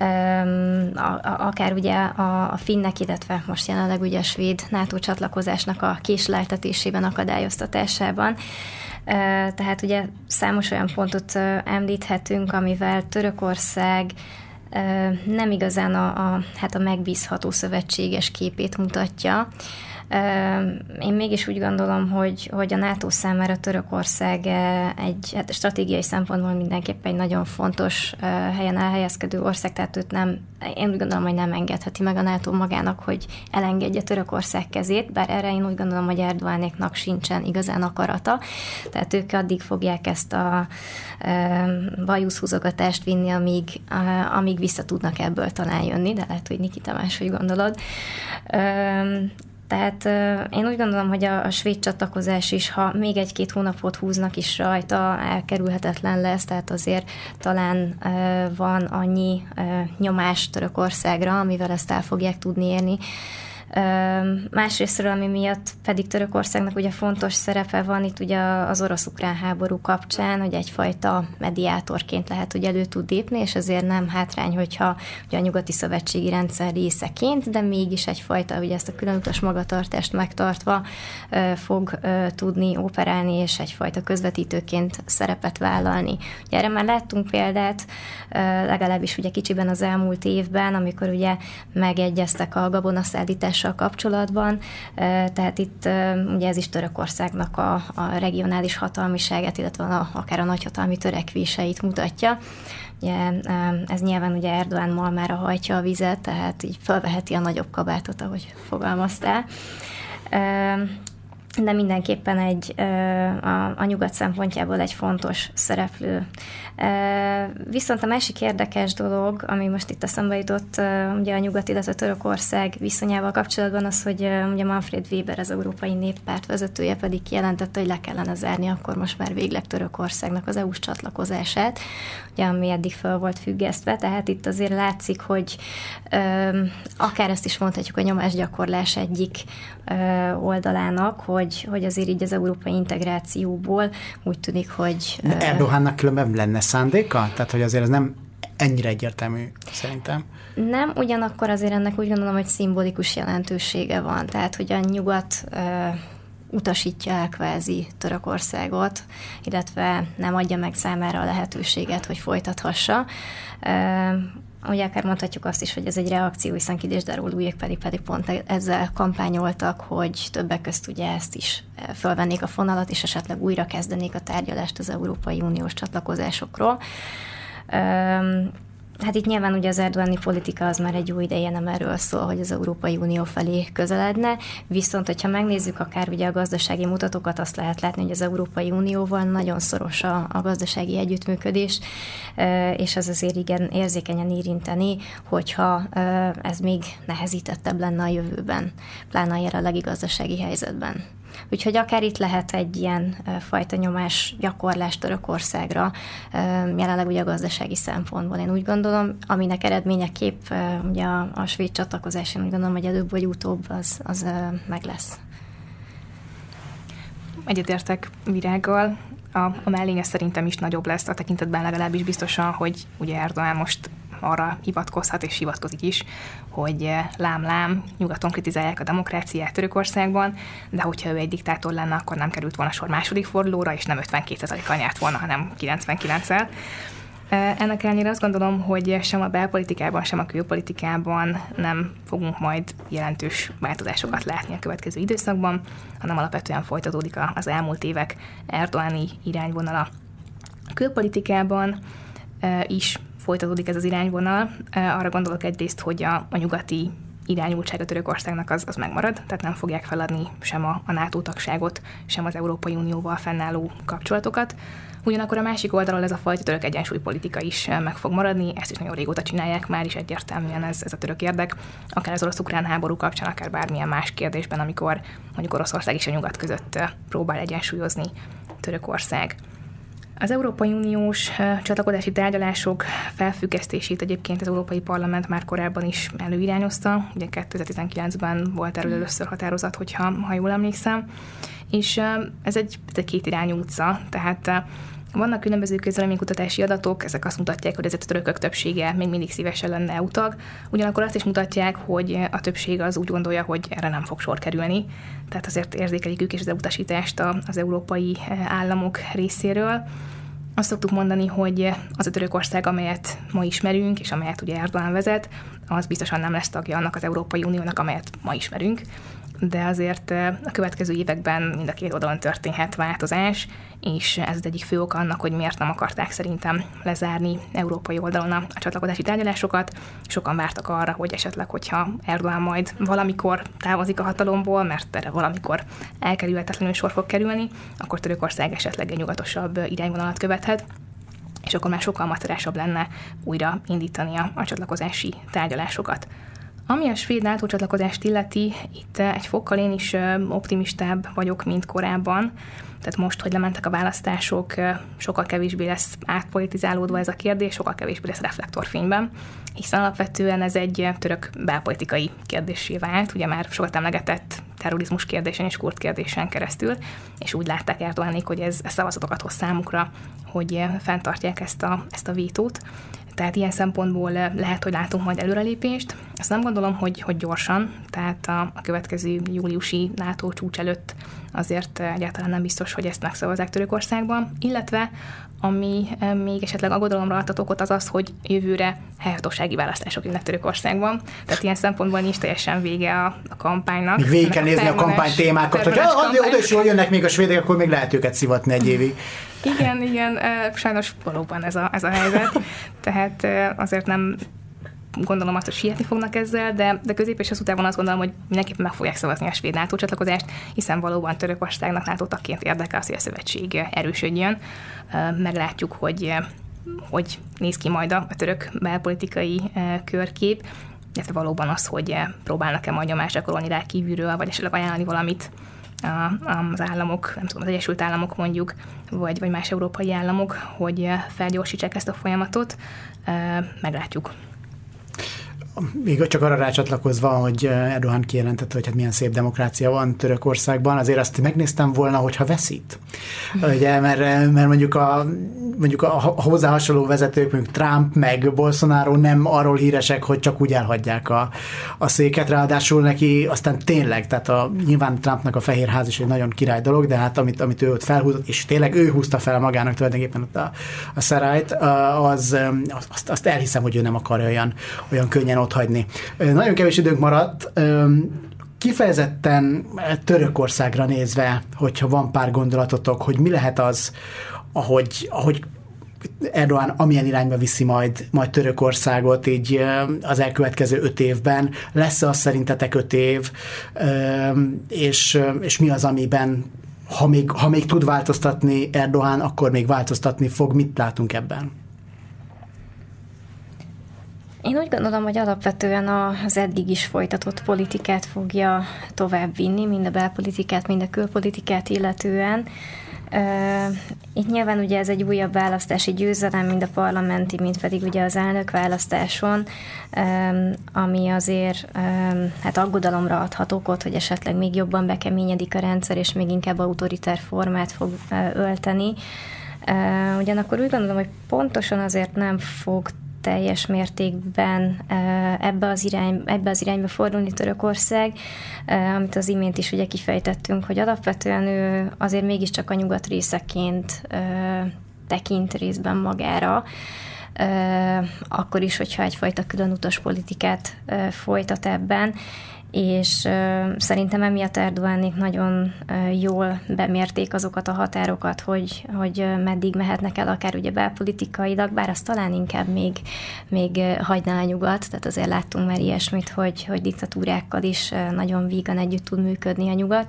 [SPEAKER 3] akár ugye a, a finnek, illetve most jelenleg ugye a svéd NATO csatlakozásnak a késleltetésében, akadályoztatásában. Tehát ugye számos olyan pontot említhetünk, amivel Törökország nem igazán a, a, hát a megbízható szövetséges képét mutatja. Én mégis úgy gondolom, hogy, hogy a NATO számára Törökország egy hát stratégiai szempontból mindenképpen egy nagyon fontos helyen elhelyezkedő ország, tehát őt nem, én úgy gondolom, hogy nem engedheti meg a NATO magának, hogy elengedje Törökország kezét, bár erre én úgy gondolom, hogy Erdoğanéknak sincsen igazán akarata, tehát ők addig fogják ezt a bajuszhúzogatást vinni, amíg, amíg vissza tudnak ebből talán jönni, de lehet, hogy Nikita máshogy gondolod. Tehát én úgy gondolom, hogy a, a svéd csatlakozás is, ha még egy-két hónapot húznak is rajta, elkerülhetetlen lesz, tehát azért talán van annyi nyomás Törökországra, amivel ezt el fogják tudni érni. Másrésztről, ami miatt pedig Törökországnak ugye fontos szerepe van itt ugye az orosz-ukrán háború kapcsán, hogy egyfajta mediátorként lehet, hogy elő tud lépni, és ezért nem hátrány, hogyha ugye a nyugati szövetségi rendszer részeként, de mégis egyfajta, ugye ezt a különutas magatartást megtartva fog tudni operálni, és egyfajta közvetítőként szerepet vállalni. Ugye erre már láttunk példát, legalábbis ugye kicsiben az elmúlt évben, amikor ugye megegyeztek a gabonaszállítás kapcsolatban, tehát itt ugye ez is Törökországnak a, a regionális hatalmiságát, illetve a, akár a nagyhatalmi törekvéseit mutatja. Ugye, ez nyilván ugye Erdoğan malmára hajtja a vizet, tehát így felveheti a nagyobb kabátot, ahogy fogalmaztál. De mindenképpen egy, a, a nyugat szempontjából egy fontos szereplő. Viszont a másik érdekes dolog, ami most itt eszembe jutott ugye a nyugat, illetve Törökország viszonyával kapcsolatban az, hogy ugye Manfred Weber, az Európai Néppárt vezetője pedig kijelentette, hogy le kellene zárni akkor most már végleg Törökországnak az é u-s csatlakozását, ugye, ami eddig fel volt függesztve, tehát itt azért látszik, hogy akár ezt is mondhatjuk a nyomásgyakorlás egyik oldalának, hogy, hogy azért így az európai integrációból úgy tűnik, hogy...
[SPEAKER 1] De Erdoğannak különben lenne szándéka? Tehát, hogy azért ez nem ennyire egyértelmű szerintem.
[SPEAKER 3] Nem, ugyanakkor azért ennek úgy gondolom, hogy szimbolikus jelentősége van. Tehát, hogy a nyugat uh, utasítja el kvázi Törökországot, illetve nem adja meg számára a lehetőséget, hogy folytathassa. Uh, Ugye akár mondhatjuk azt is, hogy ez egy reakció, hiszen Kidis Darogluék pedig, pedig pont ezzel kampányoltak, hogy többek közt ugye ezt is fölvennék a fonalat, és esetleg újra kezdenék a tárgyalást az Európai Uniós csatlakozásokról. Hát itt nyilván ugye az erdogani politika az már egy jó ideje nem erről szól, hogy az Európai Unió felé közeledne, viszont hogyha megnézzük akár ugye a gazdasági mutatókat, azt lehet látni, hogy az Európai Unióval nagyon szoros a, a gazdasági együttműködés, és ez azért igen érzékenyen érinteni, hogyha ez még nehezítettebb lenne a jövőben, pláne a jelenlegi gazdasági helyzetben. Úgyhogy akár itt lehet egy ilyen fajta nyomás gyakorlás Törökországra, jelenleg ugye a gazdasági szempontból. Én úgy gondolom, aminek eredményeképp ugye a, a svéd csatlakozás, én úgy gondolom, hogy előbb vagy utóbb az, az meg lesz.
[SPEAKER 2] Egyetértek Virággal. A, a mellénye szerintem is nagyobb lesz, a tekintetben legalábbis biztosan, hogy ugye Erdogan most arra hivatkozhat, és hivatkozik is, hogy lám-lám, nyugaton kritizálják a demokráciát Törökországban, de hogyha ő egy diktátor lenne, akkor nem került volna sor második fordulóra, és nem ötvenkét százalékkal nyert volna, hanem kilencvenkilenccel. Ennek ellenére azt gondolom, hogy sem a belpolitikában, sem a külpolitikában nem fogunk majd jelentős változásokat látni a következő időszakban, hanem alapvetően folytatódik az elmúlt évek erdogani irányvonala. A külpolitikában is folytatódik ez az irányvonal. Arra gondolok egyrészt, hogy a, a nyugati irányultság a Törökországnak az, az megmarad, tehát nem fogják feladni sem a, a NATO tagságot, sem az Európai Unióval fennálló kapcsolatokat. Ugyanakkor a másik oldalról ez a fajta török egyensúlypolitika is meg fog maradni, ezt is nagyon régóta csinálják már, is egyértelműen ez, ez a török érdek, akár az orosz-ukrán háború kapcsán, akár bármilyen más kérdésben, amikor mondjuk Oroszország és a nyugat között próbál egyensúlyozni Törökország. Az Európai Uniós csatlakozási tárgyalások felfüggesztését egyébként az Európai Parlament már korábban is előirányozta, ugye kétezer-tizenkilencben volt erről először határozat, hogyha, ha jól emlékszem, és ez egy, ez egy kétirányú utca, tehát vannak különböző közvéleménykutatási adatok, ezek azt mutatják, hogy ez a törökök többsége még mindig szívesen lenne é u-tag, ugyanakkor azt is mutatják, hogy a többség az úgy gondolja, hogy erre nem fog sor kerülni, tehát azért érzékelik ők is az utasítást az európai államok részéről. Azt szoktuk mondani, hogy az a Törökország, amelyet ma ismerünk, és amelyet ugye Erdogan vezet, az biztosan nem lesz tagja annak az Európai Uniónak, amelyet ma ismerünk, de azért a következő években mind a két oldalon történhet változás, és ez az egyik fő oka annak, hogy miért nem akarták szerintem lezárni európai oldalon a csatlakozási tárgyalásokat. Sokan vártak arra, hogy esetleg, hogyha Erdogan majd valamikor távozik a hatalomból, mert erre valamikor elkerülhetetlenül sor fog kerülni, akkor Törökország esetleg egy nyugatosabb irányvonalat követhet, és akkor már sokkal macerásabb lenne újra indítani a, a csatlakozási tárgyalásokat. Ami a svéd NATO csatlakozást illeti, itt egy fokkal én is optimistább vagyok, mint korábban. Tehát most, hogy lementek a választások, sokkal kevésbé lesz átpolitizálódva ez a kérdés, sokkal kevésbé lesz reflektorfényben, hiszen alapvetően ez egy török belpolitikai kérdéssé vált, ugye már sokat emlegetett terrorizmus kérdésen és kurd kérdésen keresztül, és úgy látták Erdoganék, hogy ez, ez szavazatokat hoz számukra, hogy fenntartják ezt a, ezt a vétót. Tehát ilyen szempontból lehet, hogy látunk majd előrelépést. Azt nem gondolom, hogy, hogy gyorsan, tehát a, a következő júliusi NATO csúcs előtt azért egyáltalán nem biztos, hogy ezt megszavazzák Törökországban, illetve ami még esetleg aggodalomra adhat okot, az az, hogy jövőre helyhatósági választások jönnek Törökországban. Tehát ilyen szempontból nincs teljesen vége a, a kampánynak.
[SPEAKER 1] Még végig kell nézni a kampány témákat, hogy oda is jól jönnek még a svédek, akkor még lehet őket szivatni egy évig.
[SPEAKER 2] Igen, igen, sajnos valóban ez a, ez a helyzet. Tehát azért nem gondolom azt, hogy sietni fognak ezzel, de, de közép és hosszú távon azt gondolom, hogy mindenképpen meg fogják szavazni a svéd NATO csatlakozást, hiszen valóban Törökországnak NATO tagként érdekel az, hogy a szövetség erősödjön. Meglátjuk, hogy hogy néz ki majd a török belpolitikai körkép, illetve valóban az, hogy próbálnak-e majd nyomást gyakorolni rá kívülről, vagy esetleg ajánlani valamit az államok, nem tudom, az Egyesült Államok mondjuk, vagy, vagy más európai államok, hogy felgyorsítsák ezt a folyamatot. Meglátjuk.
[SPEAKER 1] Még csak arra rácsatlakozva, hogy Erdogan kijelentette, hogy hát milyen szép demokrácia van Törökországban, azért azt megnéztem volna, hogyha veszít. Ugye, mert, mert mondjuk, a, mondjuk a hozzá hasonló vezetők, mondjuk Trump meg Bolsonaro nem arról híresek, hogy csak úgy elhagyják a, a széket, ráadásul neki aztán tényleg, tehát a, nyilván Trumpnak a Fehérház is egy nagyon király dolog, de hát amit, amit ő ott felhúzott, és tényleg ő húzta fel magának tulajdonképpen ott a, a szerájt, az, azt, azt elhiszem, hogy ő nem akarja olyan, olyan könnyen ott hagyni. Nagyon kevés időnk maradt. Kifejezetten Törökországra nézve, hogyha van pár gondolatotok, hogy mi lehet az, ahogy, ahogy Erdoğan amilyen irányba viszi majd, majd Törökországot így az elkövetkező öt évben. Lesz-e az szerintetek öt év, és, és mi az, amiben ha még, ha még tud változtatni Erdoğan, akkor még változtatni fog. Mit látunk ebben?
[SPEAKER 3] Én úgy gondolom, hogy alapvetően az eddig is folytatott politikát fogja tovább vinni, mind a belpolitikát, mind a külpolitikát illetően. Itt nyilván ugye ez egy újabb választási győzelem, mind a parlamenti, mind pedig ugye az elnökválasztáson, ami azért hát aggodalomra adhat okot, hogy esetleg még jobban bekeményedik a rendszer, és még inkább autoritár formát fog ölteni. Ugyanakkor úgy gondolom, hogy pontosan azért nem fog teljes mértékben ebbe az, irány, ebbe az irányba fordulni Törökország, amit az imént is ugye kifejtettünk, hogy alapvetően ő azért mégiscsak a nyugat részeként tekint részben magára, akkor is, hogyha egyfajta különutas politikát folytat ebben, és szerintem emiatt Erdoğanék nagyon jól bemérték azokat a határokat, hogy, hogy meddig mehetnek el, akár ugye belpolitikailag, bár azt talán inkább még, még hagyná a nyugat, tehát azért láttunk már ilyesmit, hogy, hogy diktatúrákkal is nagyon vígan együtt tud működni a nyugat.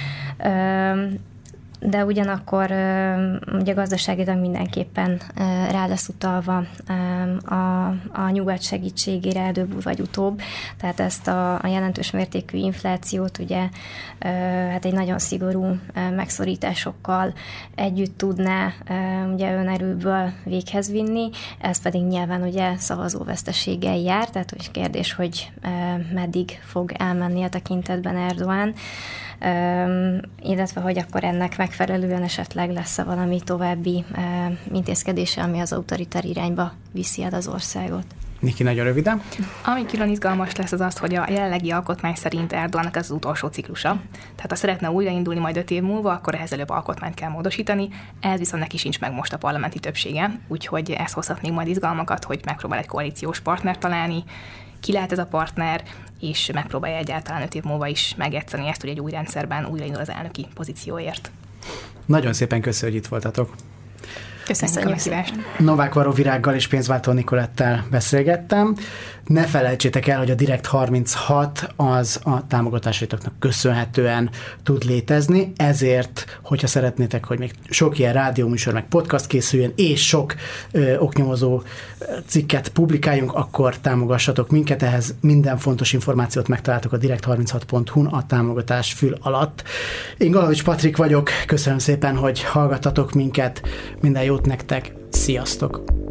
[SPEAKER 3] De ugyanakkor ugye gazdaságilag mindenképpen rá lesz utalva a, a nyugat segítségére előbb vagy utóbb, tehát ezt a, a jelentős mértékű inflációt ugye hát egy nagyon szigorú megszorításokkal együtt tudná ugye önerőből véghez vinni, ez pedig nyilván ugye szavazóveszteséggel jár, tehát hogy kérdés, hogy meddig fog elmenni a tekintetben Erdoğan, Um, illetve hogy akkor ennek megfelelően esetleg lesz-e valami további uh, intézkedése, ami az autoritár irányba viszi el az országot.
[SPEAKER 1] Niki, nagyon röviden.
[SPEAKER 2] Ami külön izgalmas lesz az az, hogy a jelenlegi alkotmány szerint Erdoğannak ez az utolsó ciklusa. Tehát ha szeretne újraindulni majd öt év múlva, akkor ehhez előbb alkotmányt kell módosítani, ehhez viszont neki sincs meg most a parlamenti többsége, úgyhogy ez hozhat még majd izgalmakat, hogy megpróbál egy koalíciós partnert találni, ki lehet ez a partner, és megpróbálja egyáltalán öt év múlva is megjátszani ezt, hogy egy új rendszerben újraindul az elnöki pozícióért.
[SPEAKER 1] Nagyon szépen köszönöm, hogy itt voltatok.
[SPEAKER 2] Köszönjük a meghívást.
[SPEAKER 1] Novák Varró Virággal és Pénzváltó Nicolettel beszélgettem. Ne felejtsétek el, hogy a Direkt harminchat az a támogatásaitoknak köszönhetően tud létezni, ezért, hogyha szeretnétek, hogy még sok ilyen rádióműsor meg podcast készüljön, és sok ö, oknyomozó cikket publikáljunk, akkor támogassatok minket, ehhez minden fontos információt megtaláltok a direkt harminchat pont hu-n a támogatás fül alatt. Én Galavics Patrik vagyok, köszönöm szépen, hogy hallgattatok minket, minden jót nektek, sziasztok!